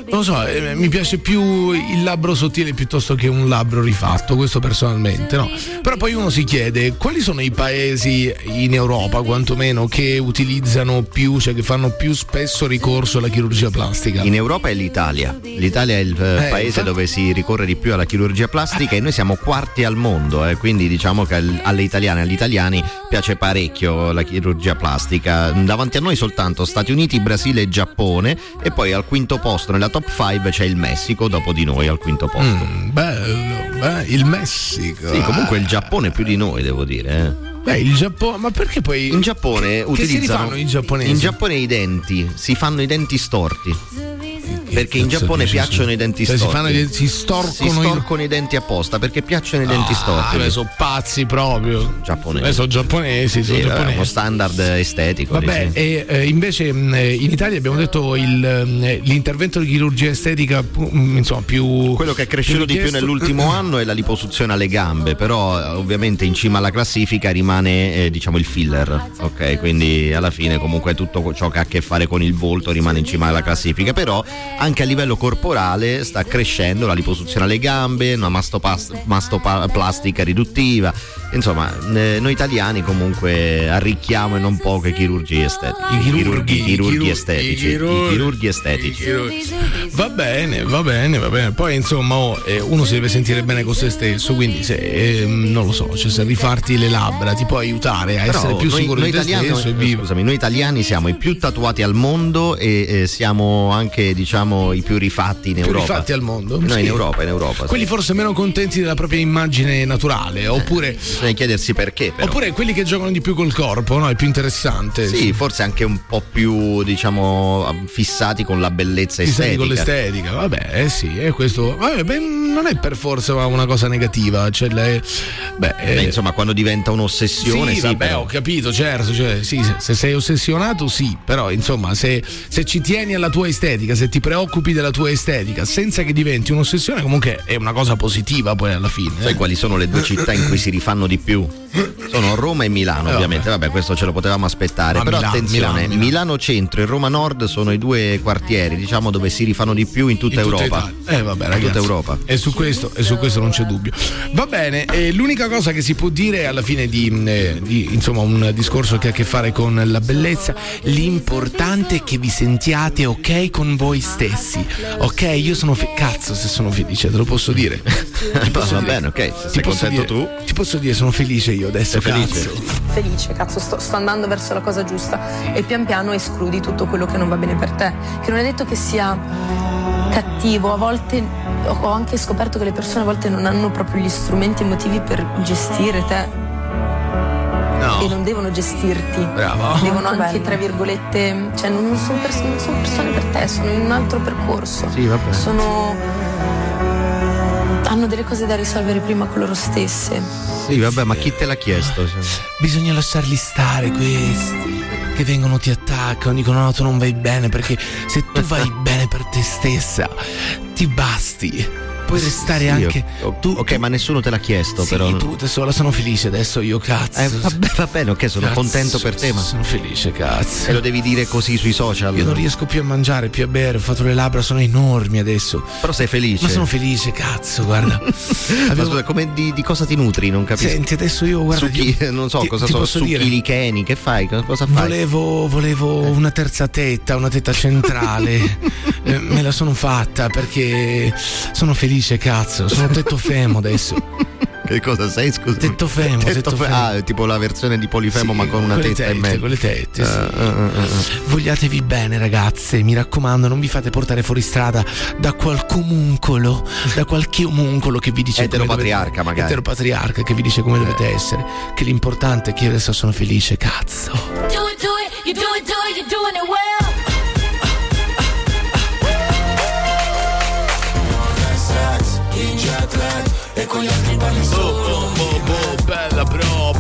Non lo so, mi piace più il labbro sottile piuttosto che un labbro rifatto, questo personalmente, no? Però poi uno si chiede quali sono i paesi in Europa, quantomeno, che utilizzano più, cioè che fanno più spesso ricorso alla chirurgia plastica. In Europa è l'Italia. L'Italia è il paese dove si ricorre di più alla chirurgia plastica e noi siamo quarti al mondo, quindi diciamo che alle italiane e agli italiani piace parecchio la chirurgia plastica. Davanti a noi soltanto Stati Uniti, Brasile e Giappone, e poi al quinto posto nella top 5 c'è il Messico dopo di noi al quinto posto. Bello, il Messico. Sì, comunque il Giappone più di noi, devo dire. Il Giappone, ma perché poi in Giappone che si rifanno i giapponesi? In Giappone i denti si fanno i denti storti. Perché in Giappone piacciono i denti storti. Si storcono i denti apposta perché piacciono i denti storti. Sono pazzi proprio. Giapponesi. Sono giapponesi. Uno standard estetico. Vabbè, e invece in Italia abbiamo detto l'intervento di chirurgia estetica, insomma, più quello che è cresciuto di più nell'ultimo anno è la liposuzione alle gambe, però ovviamente in cima alla classifica rimane diciamo il filler, ok? Quindi alla fine comunque tutto ciò che ha a che fare con il volto rimane in cima alla classifica, però anche a livello corporale sta crescendo la liposuzione alle gambe, una mastoplastica riduttiva, insomma noi italiani comunque arricchiamo e non poche chirurgie estetiche. I chirurghi estetici. Va bene. Poi insomma uno si deve sentire bene con se stesso, quindi se non lo so, cioè se rifarti le labbra ti può aiutare a essere più sicuro di te stesso e vivo. Scusami, noi italiani siamo i più tatuati al mondo e siamo anche diciamo i più rifatti in Europa. Più rifatti al mondo? No, sì. in Europa. Quelli sì. forse meno contenti della propria immagine naturale, oppure bisogna chiedersi perché, però. Oppure quelli che giocano di più col corpo, no? È più interessante. Sì, forse anche un po' più, diciamo, fissati con la bellezza estetica. Con l'estetica, vabbè, sì, è questo. Vabbè, non è per forza una cosa negativa, cioè insomma, quando diventa un'ossessione, sì, vabbè, però. Ho capito, certo, cioè, sì, se sei ossessionato, sì, però insomma, se ci tieni alla tua estetica, se ti preoccupi della tua estetica senza che diventi un'ossessione, comunque è una cosa positiva poi alla fine. Sai quali sono le due città in cui si rifanno di più? Sono Roma e Milano, ovviamente. Vabbè, questo ce lo potevamo aspettare. Però attenzione, Milano Centro e Roma Nord sono i due quartieri, diciamo, dove si rifanno di più in tutta Europa. Vabbè, ragazzi. Tutta Europa. E su questo non c'è dubbio. Va bene, l'unica cosa che si può dire alla fine di insomma un discorso che ha a che fare con la bellezza, l'importante è che vi sentiate ok con voi stessi. Ok, io sono cazzo se sono felice, te lo posso dire. Va bene, ok, se sei contento tu. Ti posso dire, sono felice io adesso, felice. Felice, cazzo, sto andando verso la cosa giusta e pian piano escludi tutto quello che non va bene per te, che non è detto che sia cattivo, a volte ho anche scoperto che le persone a volte non hanno proprio gli strumenti emotivi per gestire te. No. E non devono gestirti. Bravo. Devono anche, tra virgolette, cioè non sono persone per te, sono in un altro percorso. Sì, vabbè. Hanno delle cose da risolvere prima con loro stesse. Sì, vabbè, ma chi te l'ha chiesto? Bisogna lasciarli stare questi che vengono, ti attaccano, dicono no, tu non vai bene, perché se tu vai bene per te stessa ti basti. Puoi restare anche tu. Ok, ma nessuno te l'ha chiesto, sì, però. Tu sola, sono felice adesso io, cazzo. Va bene, ok, sono contento per te, ma sono felice, cazzo. E lo devi dire così sui social. Io non riesco più a mangiare, più a bere, ho fatto le labbra, sono enormi adesso. Però sei felice. Ma sono felice, cazzo, guarda. Ma scusa, come di cosa ti nutri? Non capisco. Senti, adesso io guarda. Non so cosa sono succhi licheni, che fai? Cosa fai? Volevo una terza tetta, una tetta centrale. Me la sono fatta perché sono felice, cazzo. Sono tetto femo adesso. Che cosa sei, scusa? Tetto femo. Ah, tipo la versione di Polifemo, sì, ma con una tetta in mezzo. Con le tette, sì. Vogliatevi bene, ragazze, mi raccomando, non vi fate portare fuori strada da qualche omuncolo che vi dice eteropatriarca, magari. Eteropatriarca che vi dice come dovete essere. Che l'importante è che io adesso sono felice, cazzo. You're doing it well. E con gli altri parli solo. Bella bro,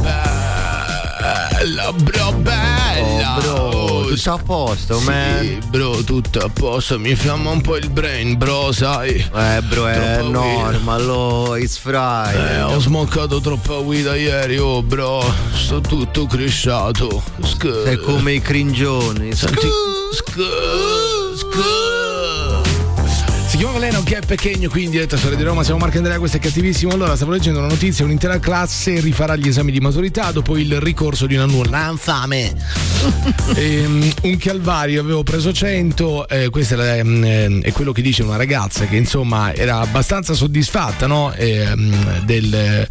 bella. Bro, tutto a posto, man. Sì, bro, tutto a posto. Mi fiamma un po' il brain, bro, sai. Bro, è normal, it's Friday. Ho smoccato troppa guida ieri, oh, bro. Sto tutto cresciato. Sei come i cringioni. Senti, João Veleno che è Pechegno qui in diretta su Radio Roma. Siamo Marco Andrea, questo è Cattivissimo. Allora, stavo leggendo una notizia: un'intera classe rifarà gli esami di maturità dopo il ricorso di una nulla infame. Un calvario, avevo preso 100. Questo è quello che dice una ragazza che insomma era abbastanza soddisfatta, no? Del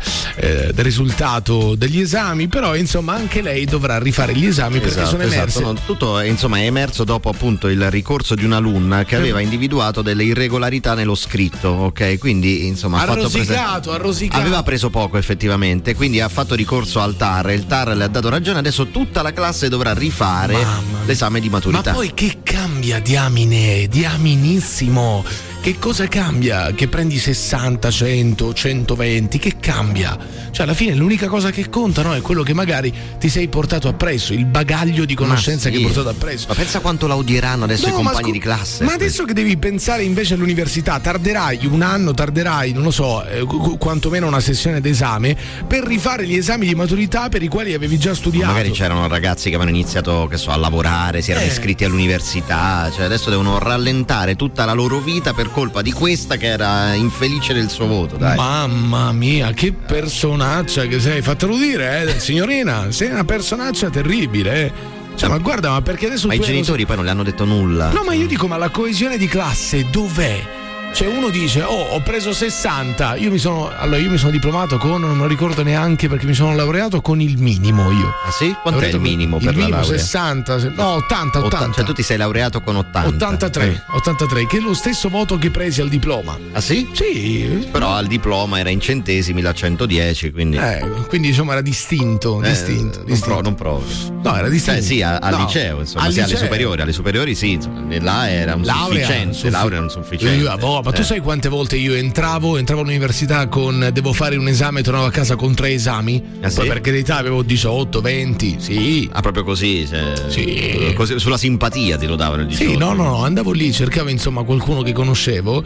risultato degli esami, però insomma anche lei dovrà rifare gli esami perché sono emerse. No, tutto insomma è emerso dopo appunto il ricorso di un'alunna che aveva individuato delle irregolarità nello scritto, ok? Quindi insomma arrosicato. Aveva preso poco effettivamente, quindi ha fatto ricorso al TAR e il TAR le ha dato ragione. Adesso tutta la classe dovrà rifare l'esame di maturità. Ma poi che cambia, diaminissimo? Che cosa cambia? Che prendi 60, 100, 120? Che cambia? Cioè alla fine l'unica cosa che conta, no? È quello che magari ti sei portato appresso, il bagaglio di conoscenza che hai portato appresso. Ma pensa quanto la odieranno adesso i compagni di classe. Ma adesso che devi pensare invece all'università, tarderai un anno, non lo so, quantomeno una sessione d'esame per rifare gli esami di maturità per i quali avevi già studiato. Magari c'erano ragazzi che avevano iniziato, che so, a lavorare, si erano iscritti all'università, cioè adesso devono rallentare tutta la loro vita per colpa di questa che era infelice del suo voto, dai. Mamma mia, che personaccia che sei, fatelo dire, signorina, sei una personaccia terribile, Cioè, ma guarda, ma perché adesso ma i genitori poi non le hanno detto nulla. No, ma io dico, ma la coesione di classe dov'è? Cioè uno dice, ho preso 60, io mi sono diplomato con, non ricordo neanche perché mi sono laureato con il minimo io. Ah sì? Quanto è il minimo per la laurea? 60, no 80. Cioè tu ti sei laureato con 80. 83, che è lo stesso voto che presi al diploma. Ah sì? Sì. Però al diploma era in centesimi, la 110, quindi. Quindi diciamo era distinto. Non proprio. No, era distinto. Sì, al liceo, insomma, alle superiori sì, insomma, là era un sufficiente, laurea non sufficiente. Ma tu sai quante volte io entravo all'università con devo fare un esame e tornavo a casa con 3 esami? Ah, poi sì? per carità avevo 18, 20, sì. Ah, proprio così? Sì. Così, sulla simpatia ti lo davano il 18? Sì, no, andavo lì, cercavo insomma qualcuno che conoscevo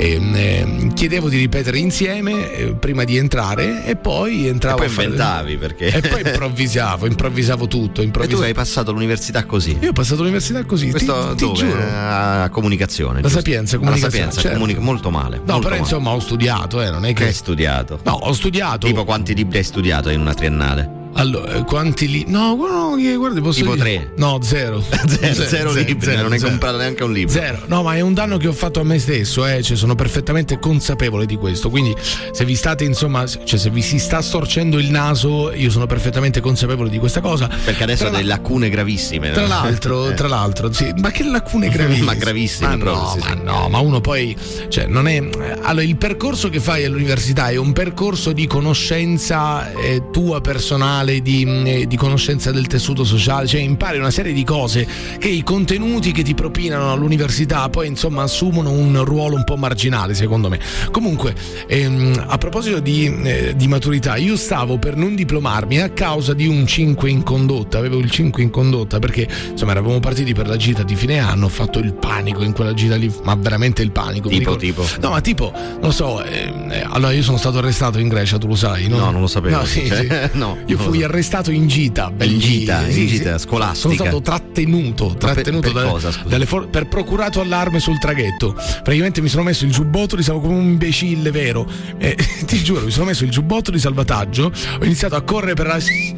e chiedevo di ripetere insieme prima di entrare e poi entravo. E poi inventavi perché? E poi improvvisavo tutto. E tu hai passato l'università così? Io ho passato l'università così. Questo ti dove? giuro. A comunicazione. La Sapienza, comunicazione. Certo. Molto male. No, però insomma ho studiato, non è che hai studiato? No, ho studiato. Tipo quanti libri hai studiato in una triennale? Allora, quanti lì? No, guarda, posso tipo dire 3? No, zero libri, non hai comprato neanche un libro. Zero. No, ma è un danno che ho fatto a me stesso, cioè sono perfettamente consapevole di questo. Quindi se vi state insomma, cioè se vi si sta storcendo il naso, io sono perfettamente consapevole di questa cosa. Perché adesso ha delle lacune gravissime. Tra l'altro, sì, ma che lacune gravissime? Ma gravissime proprio. Ma uno poi, cioè non è. Allora, il percorso che fai all'università è un percorso di conoscenza tua personale, di conoscenza del tessuto sociale, cioè impari una serie di cose che i contenuti che ti propinano all'università poi insomma assumono un ruolo un po' marginale secondo me. Comunque a proposito di maturità, io stavo per non diplomarmi a causa di un 5 in condotta, avevo il 5 in condotta perché insomma eravamo partiti per la gita di fine anno, ho fatto il panico in quella gita lì, ma veramente il panico. Tipo? No, ma tipo, non lo so, allora io sono stato arrestato in Grecia, tu lo sai, no? No, non lo sapevo. No, sì. No. Io fui arrestato in gita scolastica. Sono stato trattenuto per cosa, per procurato allarme sul traghetto. Praticamente mi sono messo il giubbotto, stavo come un imbecille vero, ti giuro, mi sono messo il giubbotto di salvataggio, ho iniziato a correre per la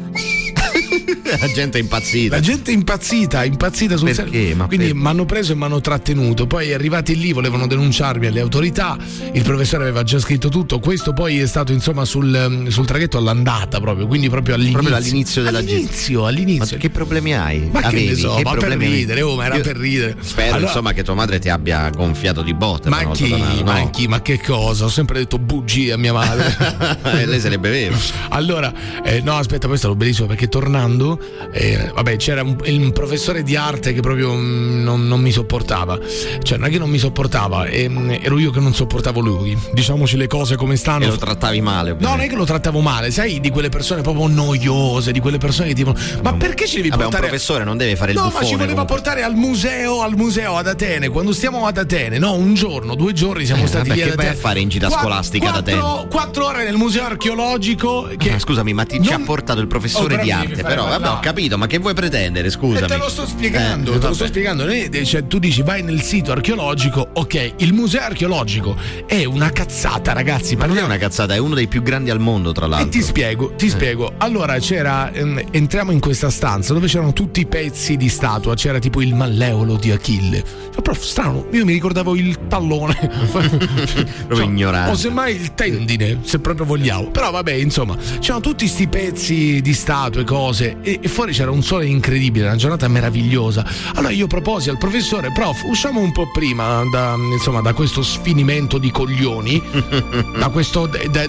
La gente è impazzita. La gente è impazzita sul perché? Quindi mi hanno preso e mi hanno trattenuto. Poi arrivati lì volevano denunciarmi alle autorità. Il professore aveva già scritto tutto. Questo poi è stato insomma sul traghetto all'andata proprio. Quindi proprio all'inizio. Proprio all'inizio della all'inizio. Ma che problemi hai? Ma che ne so, ma per ridere, ma era per ridere. Spero insomma che tua madre ti abbia gonfiato di botte. Ma chi? Ma che cosa? Ho sempre detto bugie a mia madre. E lei se le beveva. Allora, no, aspetta, poi è stato bellissimo perché tornando, c'era un professore di arte che proprio non mi sopportava. Cioè, non è che non mi sopportava, ero io che non sopportavo lui. Diciamoci le cose come stanno. E lo trattavi male, ovviamente. No, non è che lo trattavo male, sai, di quelle persone proprio noiose, di quelle persone che tipo ma perché ci devi portare? Un professore non deve fare il buffone. No, ma ci voleva portare al museo ad Atene. Quando stiamo ad Atene, no, un giorno, 2 giorni siamo stati lì ad Atene. Che vai a fare in gita scolastica ad Atene? 4 ore nel museo archeologico. Scusami, ma ti ci ha portato il professore di arte però vabbè, ho capito, ma che vuoi pretendere, scusami? Te lo sto spiegando, Cioè, tu dici vai nel sito archeologico, ok, il museo archeologico è una cazzata, ragazzi. Ma non è una cazzata, è uno dei più grandi al mondo, tra l'altro. E ti spiego. Allora c'era, entriamo in questa stanza dove c'erano tutti i pezzi di statua, c'era tipo il malleolo di Achille. Cioè, però strano, io mi ricordavo il tallone. Proprio ignorante. O semmai il tendine, se proprio vogliamo. Però vabbè, insomma, c'erano tutti sti pezzi di statue, cose, e fuori c'era un sole incredibile, una giornata meravigliosa. Allora io proposi al professore: prof, usciamo un po' prima da questo sfinimento di coglioni, da questo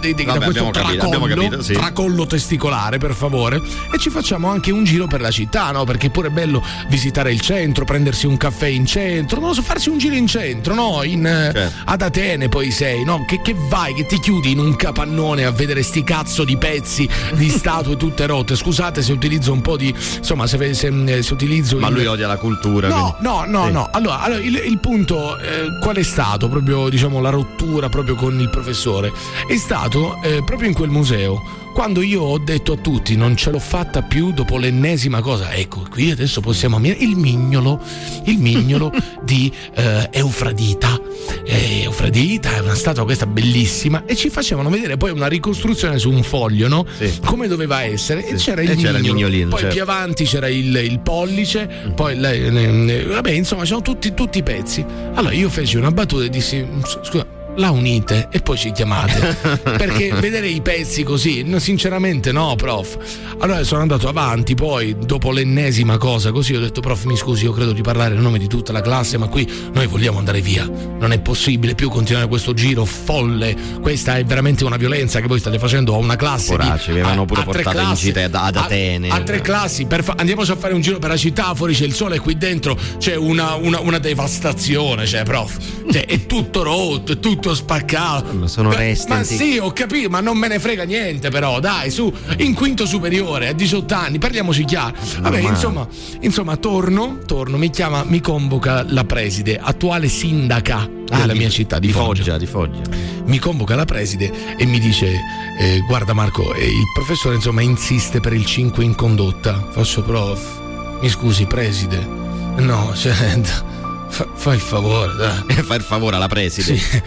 tracollo testicolare, per favore, e ci facciamo anche un giro per la città, no? Perché pure è bello visitare il centro, prendersi un caffè in centro, non so, farsi un giro in centro, no? Ad Atene poi sei, no? Che vai, che ti chiudi in un capannone a vedere sti cazzo di pezzi di statue tutte rotte. Scusate se utilizzo un po' di, insomma, se utilizzo. Ma lui odia la cultura. No. Allora il punto qual è stato? Proprio, diciamo, la rottura proprio con il professore è stato proprio in quel museo, quando io ho detto a tutti non ce l'ho fatta più dopo l'ennesima cosa. Ecco, qui adesso possiamo ammirare il mignolo di Eufradita. Eufradita è una statua questa bellissima, e ci facevano vedere poi una ricostruzione su un foglio, no? Sì. Come doveva essere, sì. E c'era il mignolino, poi più avanti c'era il pollice, poi vabbè, insomma c'erano tutti i pezzi. Allora io feci una battuta e dissi: scusa, la unite e poi ci chiamate, perché vedere i pezzi così, no, sinceramente no, prof. Allora sono andato avanti, poi dopo l'ennesima cosa così ho detto: prof, mi scusi, io credo di parlare a nome di tutta la classe, ma qui noi vogliamo andare via, non è possibile più continuare questo giro folle, questa è veramente una violenza che voi state facendo a una classe. Poracci, vi avevano pure portato in gita ad Atene, a 3 classi, andiamoci a fare un giro per la città, fuori c'è il sole, qui dentro c'è una devastazione, cioè, prof, cioè, è tutto rotto, è tutto spaccato. Ma sono resti. Ma sì, ho capito, ma non me ne frega niente, però dai, su, in quinto superiore a 18 anni, parliamoci chiaro. Vabbè, insomma, torno, mi convoca la preside, attuale sindaca della mia città di Foggia. Mi convoca la preside e mi dice: guarda Marco, il professore insomma insiste per il 5 in condotta. Faccio: prof, mi scusi preside, no, cioè, Fa il favore, dai. Fa il favore alla preside. Sì.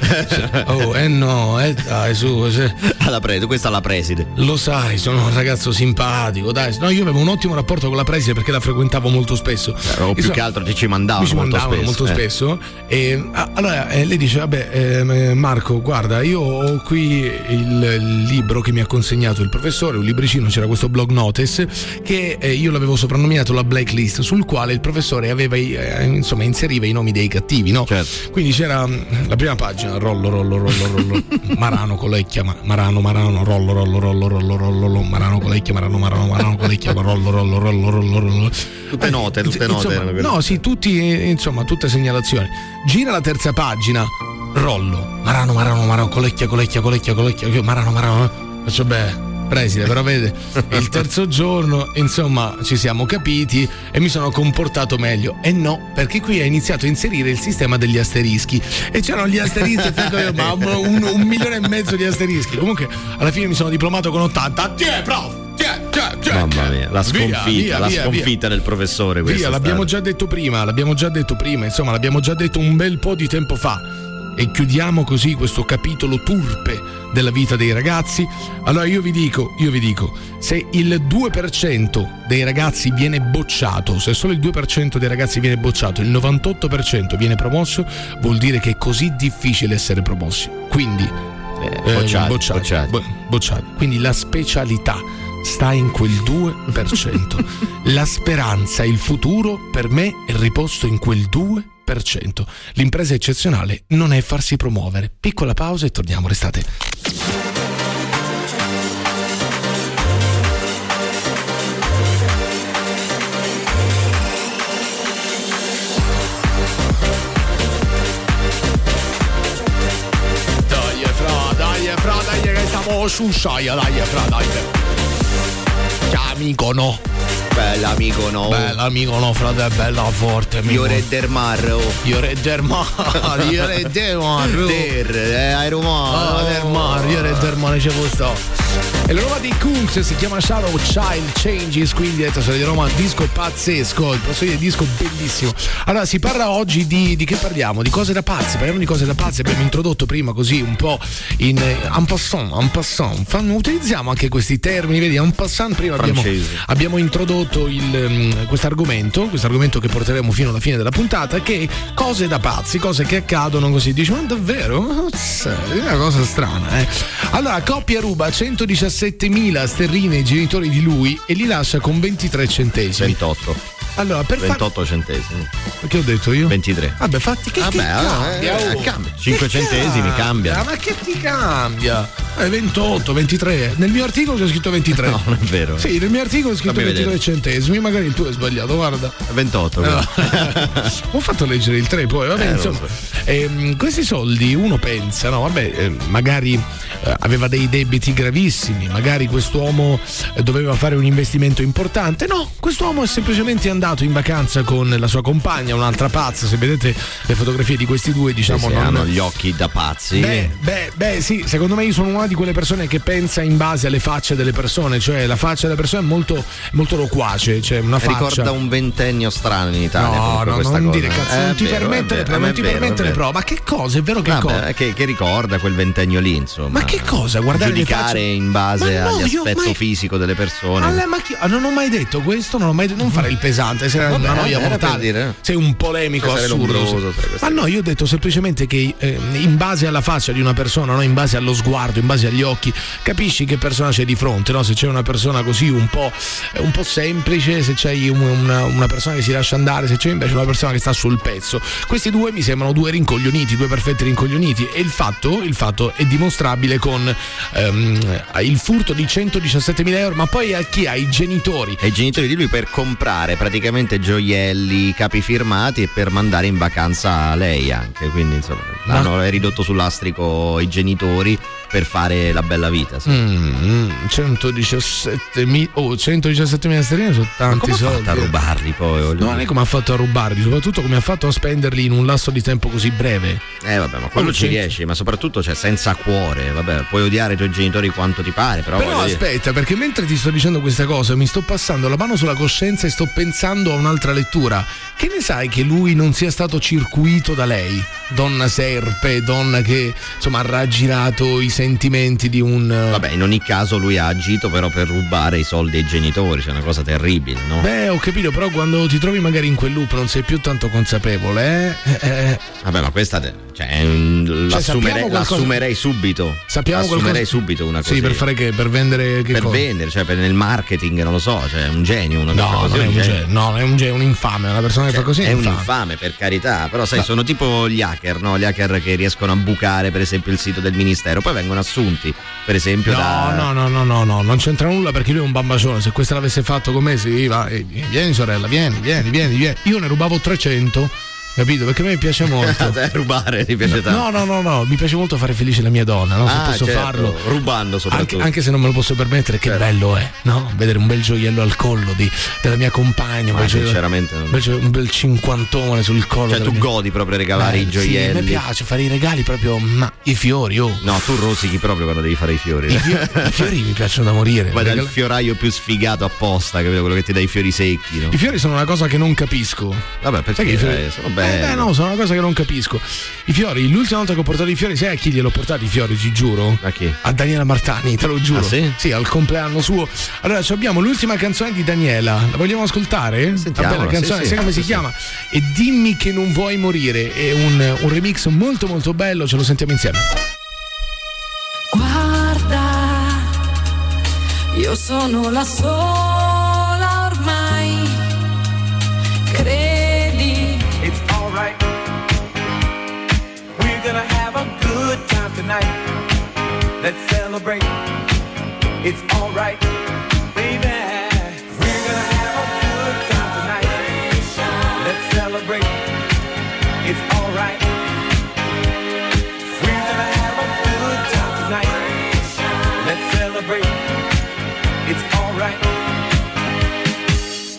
Dai, su. Alla preside, questa è la preside. Lo sai, sono un ragazzo simpatico, dai. No, io avevo un ottimo rapporto con la preside perché la frequentavo molto spesso. O più che altro ci mandavano molto spesso. E allora lei dice: vabbè, Marco, guarda, io ho qui il libro che mi ha consegnato il professore, un libricino, c'era questo blog notice che io l'avevo soprannominato la blacklist, sul quale il professore aveva insomma inseriva i nomi dei cattivi, no? Certo. Quindi c'era la prima pagina: rollo, Marano, Colecchia, Marano, rollo, Marano, Colecchia, Marano, Colecchia, rollo. Tutte note. Insomma, no, sì, tutte segnalazioni. Gira la terza pagina: rollo, Marano, Colecchia, Marano. Faccio bene, preside, però vede, il terzo giorno insomma ci siamo capiti e mi sono comportato meglio. E no, perché qui ha iniziato a inserire il sistema degli asterischi e c'erano gli asterischi ma 1,5 milione di asterischi. Comunque alla fine mi sono diplomato con 80. Tiè, prof! Mamma mia, la sconfitta del professore. Via, l'abbiamo già detto prima, insomma l'abbiamo già detto un bel po' di tempo fa. E chiudiamo così questo capitolo turpe della vita dei ragazzi. Allora io vi dico, se il 2% dei ragazzi viene bocciato, se solo il 2% dei ragazzi viene bocciato, il 98% viene promosso, vuol dire che è così difficile essere promossi. Quindi bocciati. Quindi la specialità sta in quel 2%. La speranza, il futuro per me è riposto in quel 2%. L'impresa eccezionale non è farsi promuovere. Piccola pausa e torniamo, restate. Dai che stiamo sciusciaia, dai. Che amico, no. Bella amico no. Bella amico no, frate, è bella forte. Iore der mar. Iore der mar. Iore der mar. Der mar. Iore der mar, c'è questo. E la nuova di Kungs si chiama Shadow Child Changes, quindi detto di Roma, disco pazzesco, posso dire disco bellissimo. Allora si parla oggi di che parliamo? Di cose da pazzi, parliamo di cose da pazzi, abbiamo introdotto prima così un po' in en passant. Utilizziamo anche questi termini, vedi, en passant, prima abbiamo introdotto questo argomento che porteremo fino alla fine della puntata, che è cose da pazzi, cose che accadono così, dici ma davvero? È una cosa strana, eh. Allora, coppia ruba 117.000 sterline ai genitori di lui e li lascia con 23 centesimi. 28. Allora, per 28 centesimi. Che ho detto io? 23. Vabbè, fatti che cambia? Cambia. 5 centesimi cambia. Ma che ti cambia? 28, 23. Nel mio articolo c'è scritto 23. No, non è vero. Sì, nel mio articolo c'è scritto 23 centesimi. Magari il tuo è sbagliato, guarda. 28. Ho fatto leggere il 3 poi, vabbè, insomma. Questi soldi uno pensa, no, vabbè, magari aveva dei debiti gravissimi, magari quest'uomo doveva fare un investimento importante. No, quest'uomo è semplicemente andato in vacanza con la sua compagna, un'altra pazza. Se vedete le fotografie di questi due, diciamo, non hanno gli occhi da pazzi. Beh, sì, secondo me io sono una di quelle persone che pensa in base alle facce delle persone, cioè la faccia delle persone è molto, molto loquace, cioè una faccia. Ricorda un ventennio strano in Italia. No, non cosa. dire cazzo, non ti permettere le prove. Ma che cosa? È vero che cosa? Che ricorda quel ventennio lì, insomma. Ma che cosa? Guardare giudicare in base all'aspetto fisico delle persone. Non ho mai detto questo, non fare il pesante, sei una noia mortale. Sei un polemico assurdo. Ma no, io ho detto semplicemente che in base alla faccia di una persona, no? In base allo sguardo, in base agli occhi, capisci che persona c'è di fronte, no? Se c'è una persona così un po' semplice, se c'hai una persona che si lascia andare, se c'è invece una persona che sta sul pezzo. Questi due mi sembrano due rincoglioniti, due perfetti rincoglioniti, e il fatto è dimostrabile con il furto di 117.000 euro, ma poi a chi? Ai genitori. Ai genitori di lui, per comprare praticamente gioielli, capi firmati, e per mandare in vacanza lei anche, quindi insomma hanno ridotto sul lastrico i genitori per fare la bella vita, sì. 117.000 sterline sono tanti soldi. Ma come ha fatto a rubarli poi? No, non è come ha fatto a rubarli, soprattutto come ha fatto a spenderli in un lasso di tempo così breve. Vabbè, ma quello ci riesci, ma soprattutto senza cuore. Vabbè, puoi odiare i tuoi genitori quanto ti pare, però aspetta, perché mentre ti sto dicendo questa cosa mi sto passando la mano sulla coscienza e sto pensando a un'altra lettura. Che ne sai che lui non sia stato circuito da lei, donna serpe, donna che insomma ha raggirato i sentimenti di un... Vabbè, in ogni caso lui ha agito però per rubare i soldi ai genitori, c'è una cosa terribile, no? Beh, ho capito, però quando ti trovi magari in quel loop non sei più tanto consapevole, Vabbè, ma questa l'assumerei subito. Assumerei subito una cosa. Sì, per fare che? Per vendere che per cosa? Vendere, cioè nel marketing, non lo so, cioè un genio, una cosa così. No, è un genio, un infame, una persona che fa così è un infame, per carità, però sai, sono tipo gli hacker, no? Gli hacker che riescono a bucare per esempio il sito del ministero, poi vengono assunti per esempio no, non c'entra nulla, perché lui è un bambacione. Se questa l'avesse fatto con me, sì, va, vieni sorella, vieni, io ne rubavo 300, capito? Perché a me piace molto. A te rubare ti piace tanto? No, mi piace molto fare felice la mia donna, no? Se posso farlo. Rubando soprattutto. Anche se non me lo posso permettere, che bello è, no? Vedere un bel gioiello al collo della mia compagna, sinceramente un bel cinquantone sul collo. Cioè tu godi proprio a regalare i gioielli. Sì, mi piace fare i regali proprio, ma i fiori, No, tu rosichi proprio quando devi fare i fiori. I fiori mi piacciono da morire. Vai dal fioraio più sfigato apposta, capito? Quello che ti dà i fiori secchi, no? I fiori sono una cosa che non capisco. Vabbè, perché sono belli. No, sono una cosa che non capisco. I fiori, l'ultima volta che ho portato i fiori, sai a chi gliel'ho portati i fiori, ti giuro? A chi? A Daniela Martani, te lo giuro. Ah, sì? Sì, al compleanno suo. Allora, abbiamo l'ultima canzone di Daniela. La vogliamo ascoltare? Sentiamo. Una bella canzone, sai come si chiama? E dimmi che non vuoi morire. È un remix molto molto bello, ce lo sentiamo insieme. Guarda, io sono la sola ormai. Credi. It's alright. We're gonna have a good time tonight. Let's celebrate. It's alright, baby. We're gonna have a good time tonight. Let's celebrate. It's alright. We're gonna have a good time tonight. Let's celebrate. It's alright.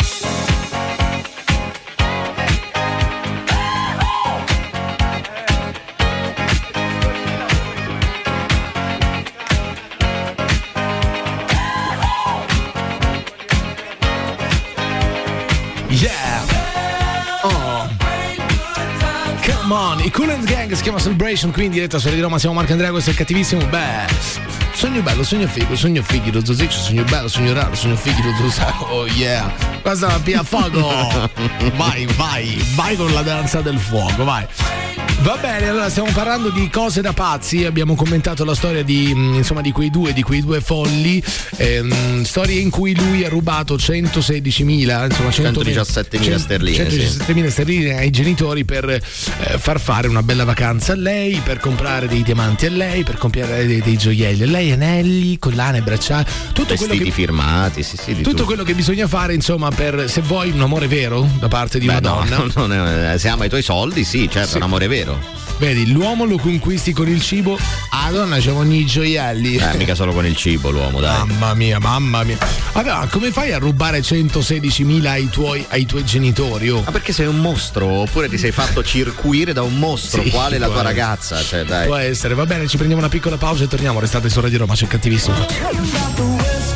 Yeah. Oh. Come on. I Cool and Gang si chiama Celebration, qui in diretta su Radio Roma. Siamo Marco Andrea, questo è Cattivissimo. Beh, sogno bello, sogno figo, sogno fighi, lo zoziccio, sogno bello, sogno raro, sogno fighi, lo zoziccio. Oh yeah. Questa è la Pia Fuoco. Vai con la danza del fuoco, vai. Va bene, allora stiamo parlando di cose da pazzi. Abbiamo commentato la storia di quei due folli, storie in cui lui ha rubato 116.000, insomma 117.000 sterline. 117.000 sterline ai genitori per far fare una bella vacanza a lei, per comprare dei diamanti a lei, per comprare dei gioielli a lei, anelli, collane, bracciali, tutto vestiti quello che, firmati, di tutto quello che bisogna fare, insomma, per, se vuoi, un amore vero da parte di una donna. Se ama i tuoi soldi, sì, certo, un amore vero. Vedi, l'uomo lo conquisti con il cibo, la donna c'è con i gioielli. Mica solo con il cibo l'uomo, dai. Mamma mia. Allora, come fai a rubare 116.000 ai tuoi genitori? Oh? Ma perché sei un mostro? Oppure ti sei fatto circuire da un mostro? Sì, quale la tua ragazza? Cioè, dai. Può essere, va bene, ci prendiamo una piccola pausa e torniamo. Restate su Radio Roma, c'è Cattivissimo.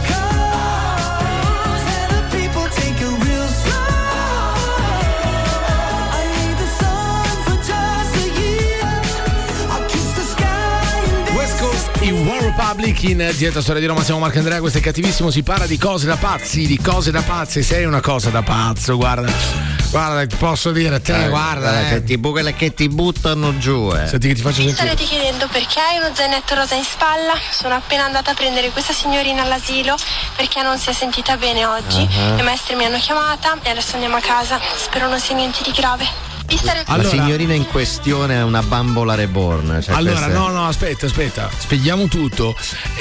I One Republic in diretta su Radio Roma, siamo Marco Andrea, questo è Cattivissimo, si parla di cose da pazzi, sei una cosa da pazzo, guarda, ti posso dire a te, guarda. Tipo quelle che ti buttano giù. Senti che ti faccio sentire. Starete chiedendo perché hai uno zainetto rosa in spalla? Sono appena andata a prendere questa signorina all'asilo perché non si è sentita bene oggi. Le maestre mi hanno chiamata e adesso andiamo a casa, spero non sia niente di grave. La signorina in questione è una bambola reborn. Cioè allora, no, aspetta, spieghiamo tutto.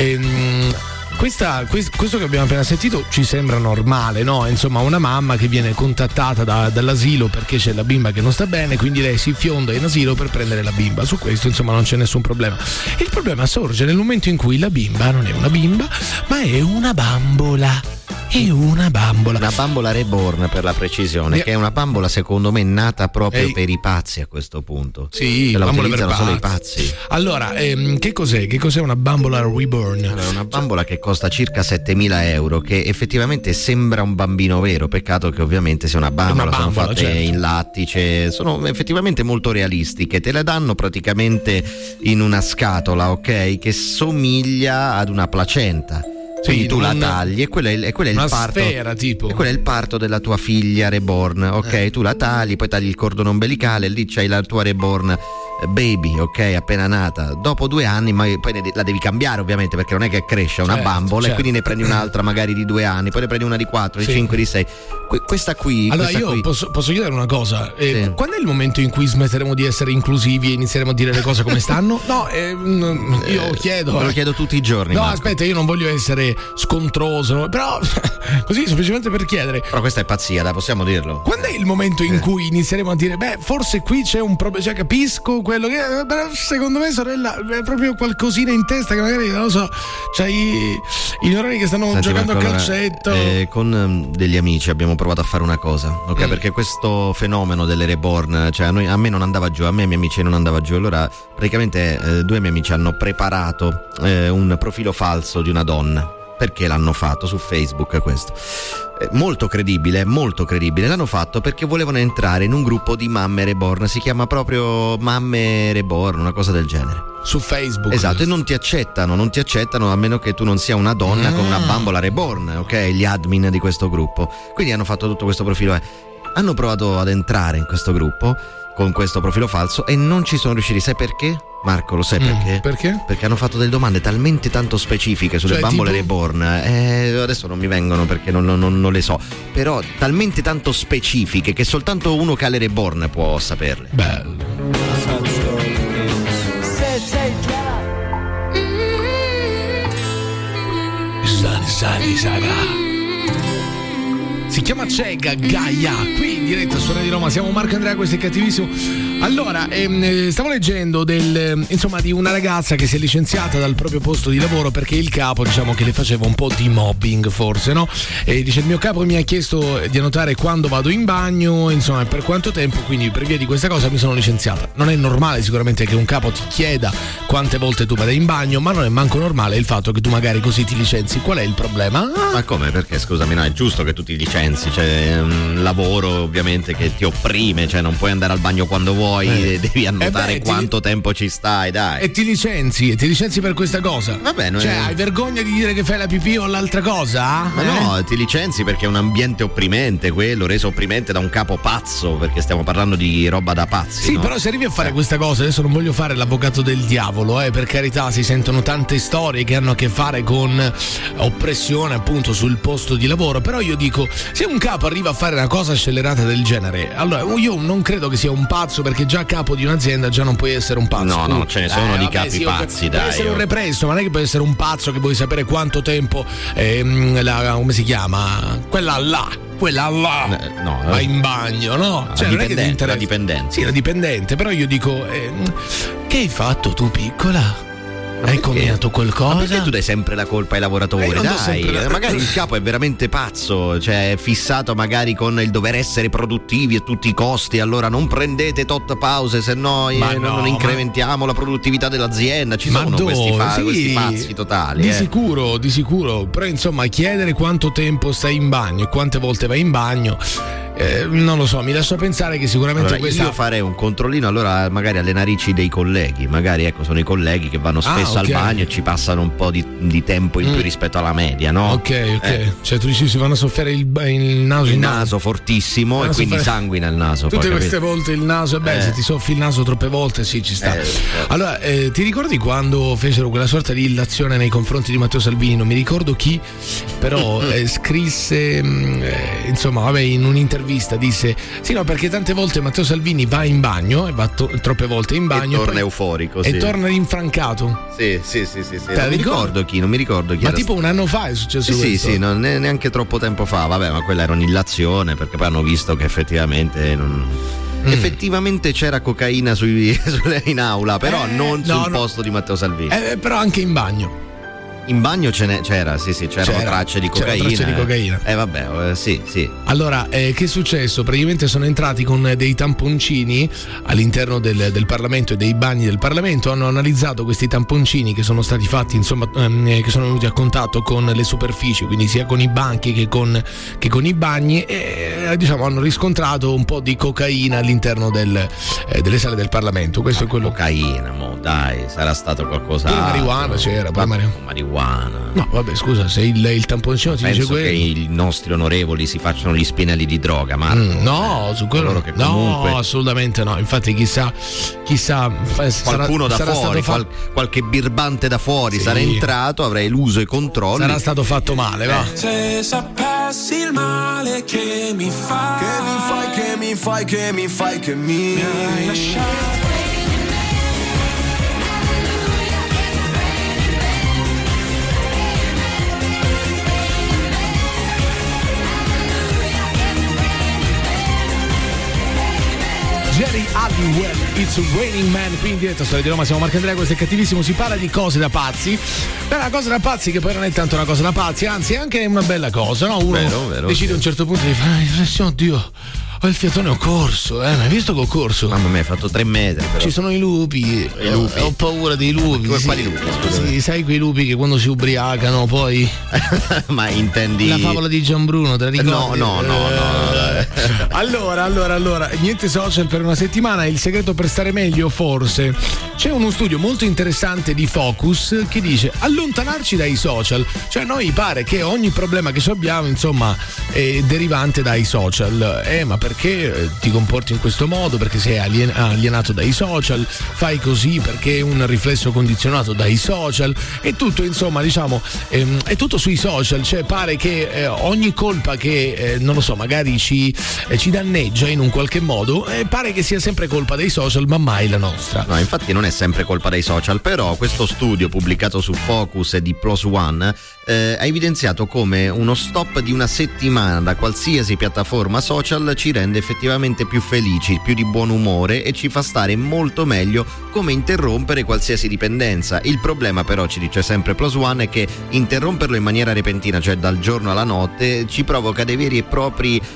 Questo che abbiamo appena sentito ci sembra normale, no? Insomma, una mamma che viene contattata dall'asilo perché c'è la bimba che non sta bene, quindi lei si fionda in asilo per prendere la bimba. Su questo, insomma, non c'è nessun problema. Il problema sorge nel momento in cui la bimba non è una bimba, ma è una bambola. Una bambola reborn, per la precisione, che è una bambola secondo me nata proprio per i pazzi a questo punto. Sì, la utilizzano solo i pazzi. Allora, che cos'è una bambola reborn? Allora, una bambola che costa circa 7.000 euro, che effettivamente sembra un bambino vero, peccato che ovviamente sia una bambola, sono fatte certo in lattice, sono effettivamente molto realistiche, te le danno praticamente in una scatola, ok, che somiglia ad una placenta. Quindi tu la tagli e quello è il parto. Sfera, tipo. E quello è il parto della tua figlia reborn, ok? Tu la tagli, poi tagli il cordone ombelicale, lì c'hai la tua reborn baby, ok, appena nata. Dopo 2 anni, ma poi la devi cambiare ovviamente, perché non è che cresce una bambola, e quindi ne prendi un'altra magari di 2 anni, poi ne prendi una di 4, di 5, di 6. Questa qui. Allora io posso chiedere una cosa, quando è il momento in cui smetteremo di essere inclusivi e inizieremo a dire le cose come stanno? No, io chiedo. Me lo chiedo tutti i giorni. No, Marco. aspetta, io non voglio essere scontroso, però così semplicemente per chiedere. Però questa è pazzia, possiamo dirlo. Quando è il momento in cui inizieremo a dire, forse qui c'è un problema, cioè capisco quello che però secondo me, sorella, è proprio qualcosina in testa che magari, non lo so, c'hai i neuroni che stanno giocando a calcetto. Con degli amici abbiamo provato a fare una cosa, ok? Perché questo fenomeno delle reborn, cioè a me non andava giù, a me e ai miei amici non andava giù. Allora praticamente 2 miei amici hanno preparato un profilo falso di una donna. Perché l'hanno fatto su Facebook questo? Molto credibile, l'hanno fatto perché volevano entrare in un gruppo di mamme reborn, si chiama proprio Mamme Reborn, una cosa del genere. Su Facebook. Esatto, e non ti accettano a meno che tu non sia una donna con una bambola reborn, ok? Gli admin di questo gruppo. Quindi hanno fatto tutto questo profilo. Hanno provato ad entrare in questo gruppo con questo profilo falso e non ci sono riusciti. Sai perché? Marco, lo sai perché? Perché? Perché hanno fatto delle domande talmente tanto specifiche sulle bambole reborn. Adesso non mi vengono perché non le so. Però talmente tanto specifiche che soltanto uno che ha le reborn può saperle. Bello. Sali. Si chiama Cega Gaia, qui in diretta su Radio Roma, siamo Marco Andrea, questo è Cattivissimo. Allora, stavo leggendo di una ragazza che si è licenziata dal proprio posto di lavoro perché il capo, diciamo, che le faceva un po' di mobbing, forse, no? E dice: il mio capo mi ha chiesto di annotare quando vado in bagno, insomma, e per quanto tempo, quindi per via di questa cosa mi sono licenziata. Non è normale sicuramente che un capo ti chieda quante volte tu vada in bagno, ma non è manco normale il fatto che tu magari così ti licenzi. Qual è il problema? Ma come? Perché, scusami, no, è giusto che tu ti licenzi pensi? Cioè, un lavoro ovviamente che ti opprime, cioè non puoi andare al bagno quando vuoi, devi annotare quanto tempo ci stai, dai. E ti licenzi per questa cosa. Va bene. Cioè, hai vergogna di dire che fai la pipì o l'altra cosa? Ma no, ti licenzi perché è un ambiente opprimente, quello reso opprimente da un capo pazzo, perché stiamo parlando di roba da pazzi. Sì, no? però se arrivi a fare questa cosa, adesso non voglio fare l'avvocato del diavolo, per carità, si sentono tante storie che hanno a che fare con oppressione appunto sul posto di lavoro, però io dico, se un capo arriva a fare una cosa scellerata del genere, allora io non credo che sia un pazzo, perché già capo di un'azienda già non puoi essere un pazzo. No, ce ne sono di capi pazzi, dai. Puoi essere un represso, ma non è che puoi essere un pazzo che vuoi sapere quanto tempo come si chiama? Quella là va in bagno, no? Cioè, non è che ti interessa. La dipendente. Sì, la dipendente, però io dico, che hai fatto tu, piccola? Hai combinato qualcosa? Ma perché tu dai sempre la colpa ai lavoratori? Dai, magari il capo è veramente pazzo, cioè è fissato magari con il dover essere produttivi a tutti i costi, allora non prendete tot pause, se no non incrementiamo la produttività dell'azienda. Ci sono questi pazzi totali. Di sicuro, però insomma chiedere quanto tempo stai in bagno e quante volte vai in bagno, non lo so, mi lascia pensare che sicuramente io farei un controllino allora magari alle narici dei colleghi, magari sono i colleghi che vanno spesso al bagno e ci passano un po' di tempo in più rispetto alla media, no? Ok. Cioè tu dici si vanno a soffiare il naso? Il naso fortissimo e quindi sanguina il naso. Tutte queste volte il naso, se ti soffi il naso troppe volte sì, ci sta. Allora, ti ricordi quando fecero quella sorta di illazione nei confronti di Matteo Salvini? Non mi ricordo chi, però scrisse, insomma, in un'intervista disse sì, no, perché tante volte Matteo Salvini va in bagno e va troppe volte in bagno e torna euforico e torna rinfrancato. Sì. Non mi ricordo chi ma era. Tipo un anno fa è successo questo? Sì, non è neanche troppo tempo fa. Vabbè, ma quella era un'illazione, perché poi hanno visto che effettivamente effettivamente c'era cocaina in aula, però non sul posto di Matteo Salvini. Però anche in bagno. In bagno c'erano tracce di cocaina. Sì. Allora, che è successo? Praticamente sono entrati con dei tamponcini all'interno del Parlamento e dei bagni del Parlamento, hanno analizzato questi tamponcini che sono stati fatti, insomma, che sono venuti a contatto con le superfici, quindi sia con i banchi che con i bagni, e diciamo hanno riscontrato un po' di cocaina all'interno delle sale del Parlamento. Questo è quello. Cocaina, dai, sarà stato qualcosa. Pure marijuana c'era, marijuana. No, vabbè, scusa, se il tamponcino ti dice quello. Penso che i nostri onorevoli si facciano gli spinelli di droga, ma no, su quello che comunque... no, assolutamente no. Infatti chissà qualcuno da fuori, qualche birbante da fuori sarà entrato, avrei l'uso e controlli. Sarà stato fatto male, va. Se sapessi il male che mi fai, che mi hai lasciato. Jerry Halliwell, It's Raining Man, qui in diretta Storia di Roma, siamo Marco Andrea, questo è Cattivissimo, si parla di cose da pazzi, però una cosa da pazzi che poi non è tanto una cosa da pazzi, anzi è anche una bella cosa, no? Uno vero, decide a un certo punto di fare, oddio, ho il fiatone, ho corso, ma hai visto che ho corso? Mamma mia, hai fatto 3 metri però. Ci sono i lupi. Ho paura dei lupi. Quali lupi? Sì, sai quei lupi che quando si ubriacano poi ma intendi la favola di Gianbruno, te la ricordi? No. Allora, niente social per una settimana, il segreto per stare meglio forse. C'è uno studio molto interessante di Focus che dice allontanarci dai social, cioè noi pare che ogni problema che abbiamo, insomma, è derivante dai social. Ma perché ti comporti in questo modo? Perché sei alienato dai social, fai così perché è un riflesso condizionato dai social, e tutto, insomma, diciamo, è tutto sui social, cioè pare che ogni colpa che non lo so, magari ci danneggia in un qualche modo, pare che sia sempre colpa dei social, ma mai la nostra. No, infatti non è sempre colpa dei social, però questo studio pubblicato su Focus e di Plus One ha evidenziato come uno stop di una settimana da qualsiasi piattaforma social ci rende effettivamente più felici, più di buon umore e ci fa stare molto meglio come interrompere qualsiasi dipendenza. Il problema però, ci dice sempre Plus One, è che interromperlo in maniera repentina, cioè dal giorno alla notte, ci provoca dei veri e propri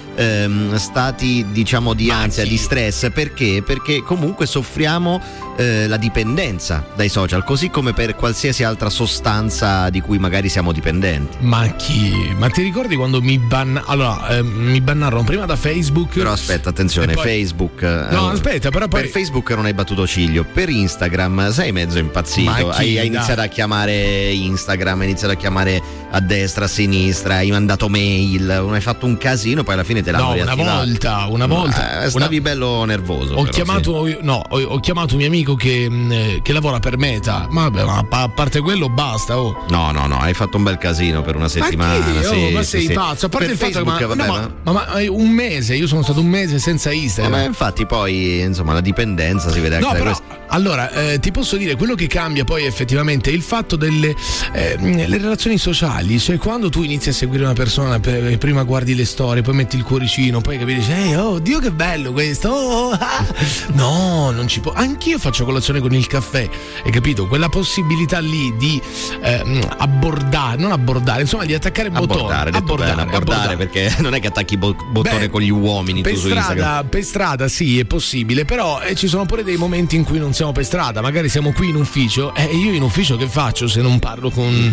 stati diciamo di ansia, di stress. Perché? Perché comunque soffriamo la dipendenza dai social, così come per qualsiasi altra sostanza di cui magari siamo dipendenti. Ma chi? Ma ti ricordi quando mi bannarono prima da Facebook? Però aspetta, attenzione, poi... Facebook. No, aspetta, però poi per Facebook non hai battuto ciglio, per Instagram sei mezzo impazzito. Hai iniziato a chiamare Instagram, hai iniziato a chiamare a destra, a sinistra, hai mandato mail, hai fatto un casino, poi alla fine te l'hanno riattivato. Una volta. Stavi bello nervoso. Ho chiamato un mio amico che lavora per Meta. Ma a parte quello basta. No, hai fatto un bel casino per una settimana. Ma sei pazzo. A parte per il fatto Facebook, che ma un mese, io sono stato un mese senza Instagram. Ma infatti poi insomma la dipendenza si vede anche da questo. Allora, ti posso dire, quello che cambia poi effettivamente è il fatto delle le relazioni sociali. Cioè, quando tu inizi a seguire una persona, prima guardi le storie, poi metti il cuoricino, poi capisci, oh Dio che bello questo, no, non ci può. Anch'io faccio colazione con il caffè, hai capito? Quella possibilità lì di abbordare, insomma di attaccare il bottone. Abbordare, perché non è che attacchi bottone con gli uomini tu su Instagram. Per strada sì, è possibile, però ci sono pure dei momenti in cui non siamo per strada, magari siamo qui in ufficio e io in ufficio che faccio se non parlo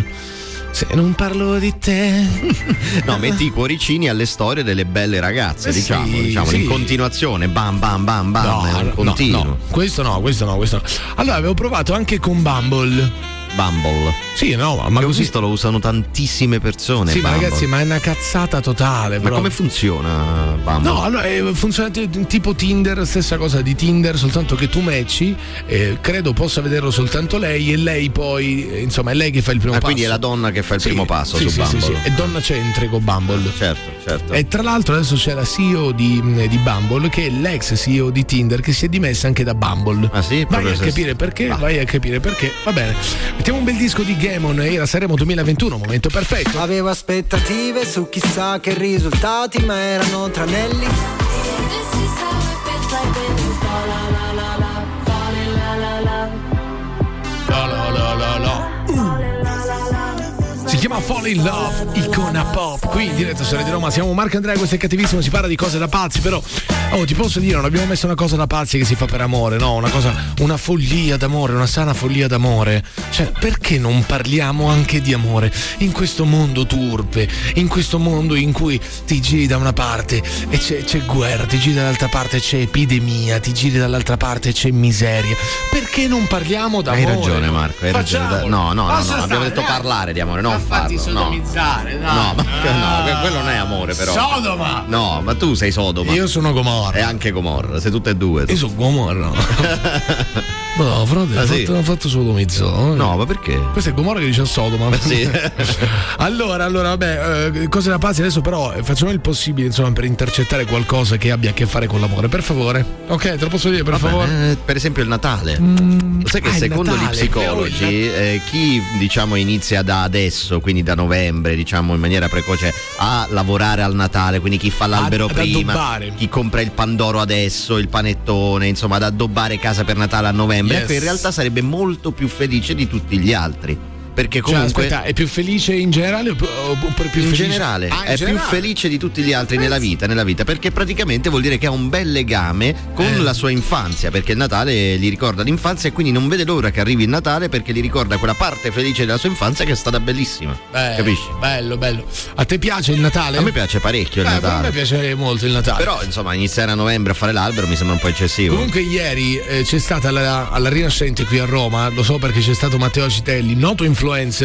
di te? No, metti i cuoricini alle storie delle belle ragazze, diciamo sì. In continuazione, bam bam bam bam, continuo. No, questo no. Allora avevo provato anche con Bumble. Sì, no, ma ho così visto lo usano tantissime persone. Sì, Bumble. Ma ragazzi, ma è una cazzata totale. Ma come funziona Bumble? No, allora funziona tipo Tinder, stessa cosa di Tinder, soltanto che tu matchi, credo possa vederlo soltanto lei e lei poi, insomma, è lei che fa il primo passo. Quindi è la donna che fa il primo passo su Bumble. Sì, è donna centrico Bumble. Certo. E tra l'altro adesso c'è la CEO di Bumble, che è l'ex CEO di Tinder, che si è dimessa anche da Bumble. Ah sì? Vai a capire perché. Va bene. Mettiamo un bel disco di Gamon, era Sanremo 2021, momento perfetto. Avevo aspettative su chissà che risultati, ma erano tranelli. Si chiama Fall in Love, icona pop. Qui in diretta su Radio Roma siamo Marco Andrea, questo è Cattivissimo, si parla di cose da pazzi, però ti posso dire, non abbiamo messo una cosa da pazzi che si fa per amore, no, una follia d'amore, una sana follia d'amore. Cioè, perché non parliamo anche di amore in questo mondo turpe, in questo mondo in cui ti giri da una parte e c'è guerra, ti giri dall'altra parte c'è epidemia, ti giri dall'altra parte c'è miseria. Perché non parliamo d'amore? Hai ragione Marco, hai ragione. No, abbiamo detto parlare di amore, non fatti sodomizzare, dai. No, quello non è amore, però. Sodoma! No, ma tu sei Sodoma. Io sono Gomorra. E anche Gomorra, sei tutte e due. Io sono Gomorra. No, frate, ho fatto sodomizzato. No, ma perché? Questo è Gomorra che dice Sodoma. Sì. Allora, vabbè, cose da pazzi adesso, però facciamo il possibile, insomma, per intercettare qualcosa che abbia a che fare con l'amore, per favore. Ok, te lo posso dire, per favore? Per esempio il Natale. Sai che secondo gli psicologi chi diciamo inizia da adesso, quindi da novembre, diciamo in maniera precoce, a lavorare al Natale, quindi chi fa l'albero prima, chi compra il pandoro adesso, il panettone, insomma, ad addobbare casa per Natale a novembre, in realtà sarebbe molto più felice di tutti gli altri. Perché comunque aspetta, è più felice in generale o più in felice? Generale è più felice di tutti gli altri nella vita, perché praticamente vuol dire che ha un bel legame con la sua infanzia, perché il Natale gli ricorda l'infanzia e quindi non vede l'ora che arrivi il Natale, perché gli ricorda quella parte felice della sua infanzia che è stata bellissima. Capisci? Bello. A te piace il Natale? A me piace parecchio il Natale. A me piace molto il Natale. Però insomma iniziare a novembre a fare l'albero mi sembra un po' eccessivo. Comunque ieri c'è stata alla Rinascente qui a Roma, lo so perché c'è stato Matteo Acitelli, noto influencer,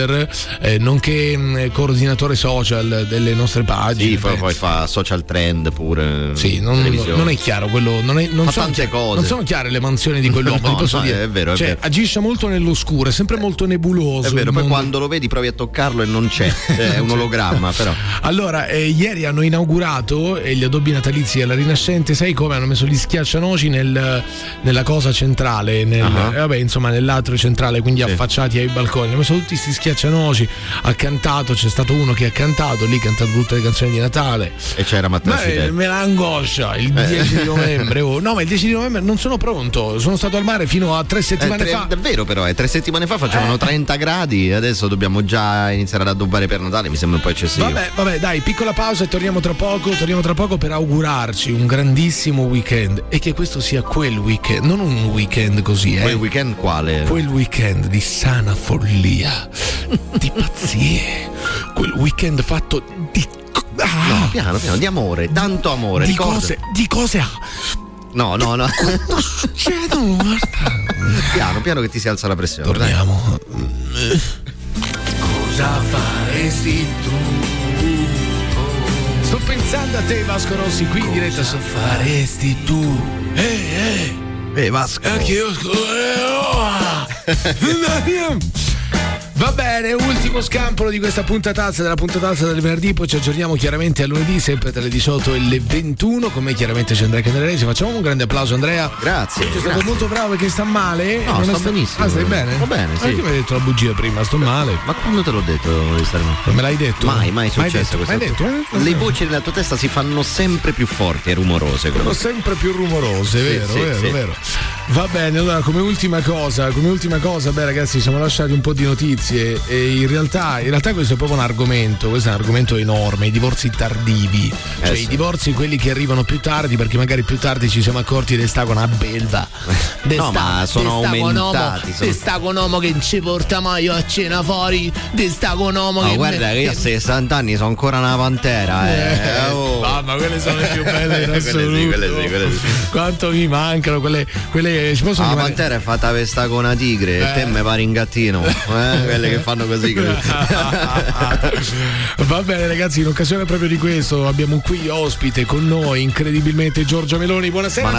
nonché coordinatore social delle nostre pagine. Sì, poi fa social trend pure. Sì, non è chiaro quello, non fa tante cose. Non sono chiare le mansioni di quell'uomo, posso dire. È vero, agisce molto nell'oscuro, è sempre molto nebuloso. È vero, poi quando lo vedi provi a toccarlo e non c'è, è un ologramma però. Allora, ieri hanno inaugurato gli addobbi natalizi alla Rinascente, sai come? Hanno messo gli schiaccianoci nella cosa centrale, vabbè, insomma nell'atrio centrale, quindi affacciati ai balconi. Hanno messo tutti tutti sti schiaccianoci, ha cantato, c'è stato uno che ha cantato lì, cantato tutte le canzoni di Natale. E c'era Matteo Citelli. Me la angoscia il 10 di novembre. No, ma il 10 di novembre non sono pronto, sono stato al mare fino a 3 settimane fa. È vero, però 3 settimane fa facevano 30 gradi e adesso dobbiamo già iniziare ad addobbare per Natale, mi sembra un po' eccessivo. Vabbè, dai, piccola pausa e torniamo tra poco per augurarci un grandissimo weekend, e che questo sia quel weekend, non un weekend così, Quel weekend quale? Quel weekend di sana follia, di pazzie, quel weekend fatto di no, piano, di amore, tanto amore, di cose No. Quanto succedono, guarda. Piano che ti si alza la pressione. Torniamo. Cosa faresti tu? Sto pensando a te, Vasco Rossi, qui in diretta. Cosa faresti tu? Vasco. Anche io. Va bene, ultimo scampolo di questa puntatazza, della puntatazza del venerdì, poi ci aggiorniamo chiaramente a lunedì, sempre tra le 18 e le 21. Con me chiaramente c'è Andrea Candelesi. Facciamo un grande applauso, Andrea. Grazie. Sei stato molto bravo perché sta male. No, sto benissimo. Ah, stai bene? Va bene, sì. Perché mi hai detto la bugia prima? Sto male. Ma quando te l'ho detto di stare male? Non me l'hai detto? Mai è successo questo. Mai detto? Le voci della tua testa si fanno sempre più forti e rumorose. Sono sempre più rumorose, vero. Va bene, allora come ultima cosa, beh ragazzi, siamo lasciati un po' di notizie e in realtà questo è proprio un argomento enorme, i divorzi tardivi, cioè i divorzi quelli che arrivano più tardi perché magari più tardi ci siamo accorti di sta con una belva. No, ma sono aumentati. Di sta con uomo che non ci porta mai a cena fuori, di sta con uomo che... guarda che io a 60 anni sono ancora una pantera. Ma quelle sono le più belle in assoluto. Quelle sì. Quanto mi mancano quelle ci possono la pantera è fatta per sta con una tigre e te me pare un gattino, quelle che fanno così. Va bene ragazzi, in occasione proprio di questo abbiamo qui ospite con noi incredibilmente Giorgia Meloni. Buonasera.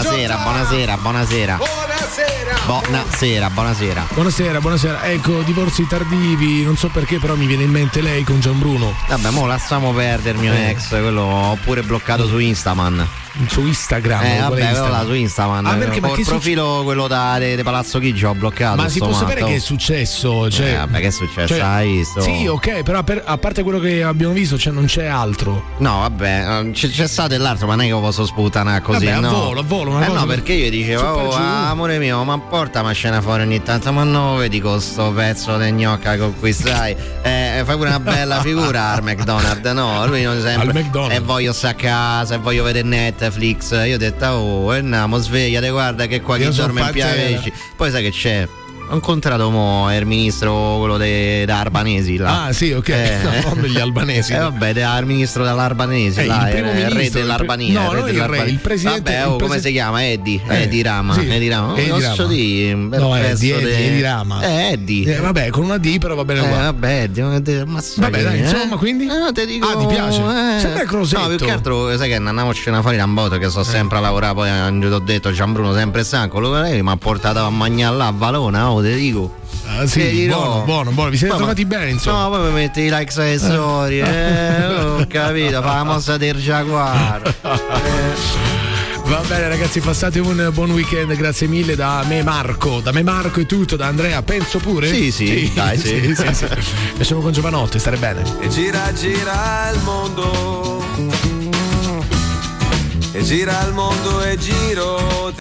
Buonasera. Ecco, divorzi tardivi, non so perché però mi viene in mente lei con Gianbruno. Vabbè, mo lasciamo perdere il mio ex, quello ho pure bloccato su Instagram. Su Instagram? Su Instagram. Perché il profilo quello di Palazzo Chigi ho bloccato. Ma si può sapere che è successo? Cioè, che è successo? Hai visto? Sì, ok, però a parte quello che abbiamo visto, cioè non c'è altro. No, vabbè, c'è stato dell'altro, ma non è che lo posso sputtanare così. Vabbè, no, a volo una cosa. No, perché io dicevo, amore mio, ma porta ma scena fuori ogni tanto, ma no, vedi con sto pezzo di gnocca con cui stai. Fai pure una bella figura al McDonald's, no? Lui non sempre. E voglio stare a casa, e voglio vedere Netflix. Io ho detto, andiamo, svegliate, guarda che qua chi dorme in piaveci. Poi sai che c'è? Ho incontrato il ministro, quello da Albanesi là. Ah sì, ok, non degli albanesi. Vabbè, il ministro dell'Albanesi là, il re dell'Albania. No, il presidente. Vabbè, come si chiama? Eddie Rama. Eddie Rama. Eddie Rama. Eddie. Vabbè, con una D però va bene uguale. Vabbè, dai, insomma, quindi? Ti dico. Ah, ti piace? Sembra Crosetto. No, più che altro, sai che andiamo a fuori da un botto che sto sempre a lavorare, poi ti ho detto Gianbruno sempre stanco, lei mi ha portato a mangiare là a Valona, te dico. Ah, sì, buono, vi siete trovati bene, insomma. No, poi mi metti i likes alle storie, ho capito, fa la mossa del Jaguar. Va bene ragazzi, passate un buon weekend, grazie mille da me Marco è tutto, da Andrea penso pure? Sì. E sono con Giovanotti, stare bene. E gira il mondo, e gira il mondo e giro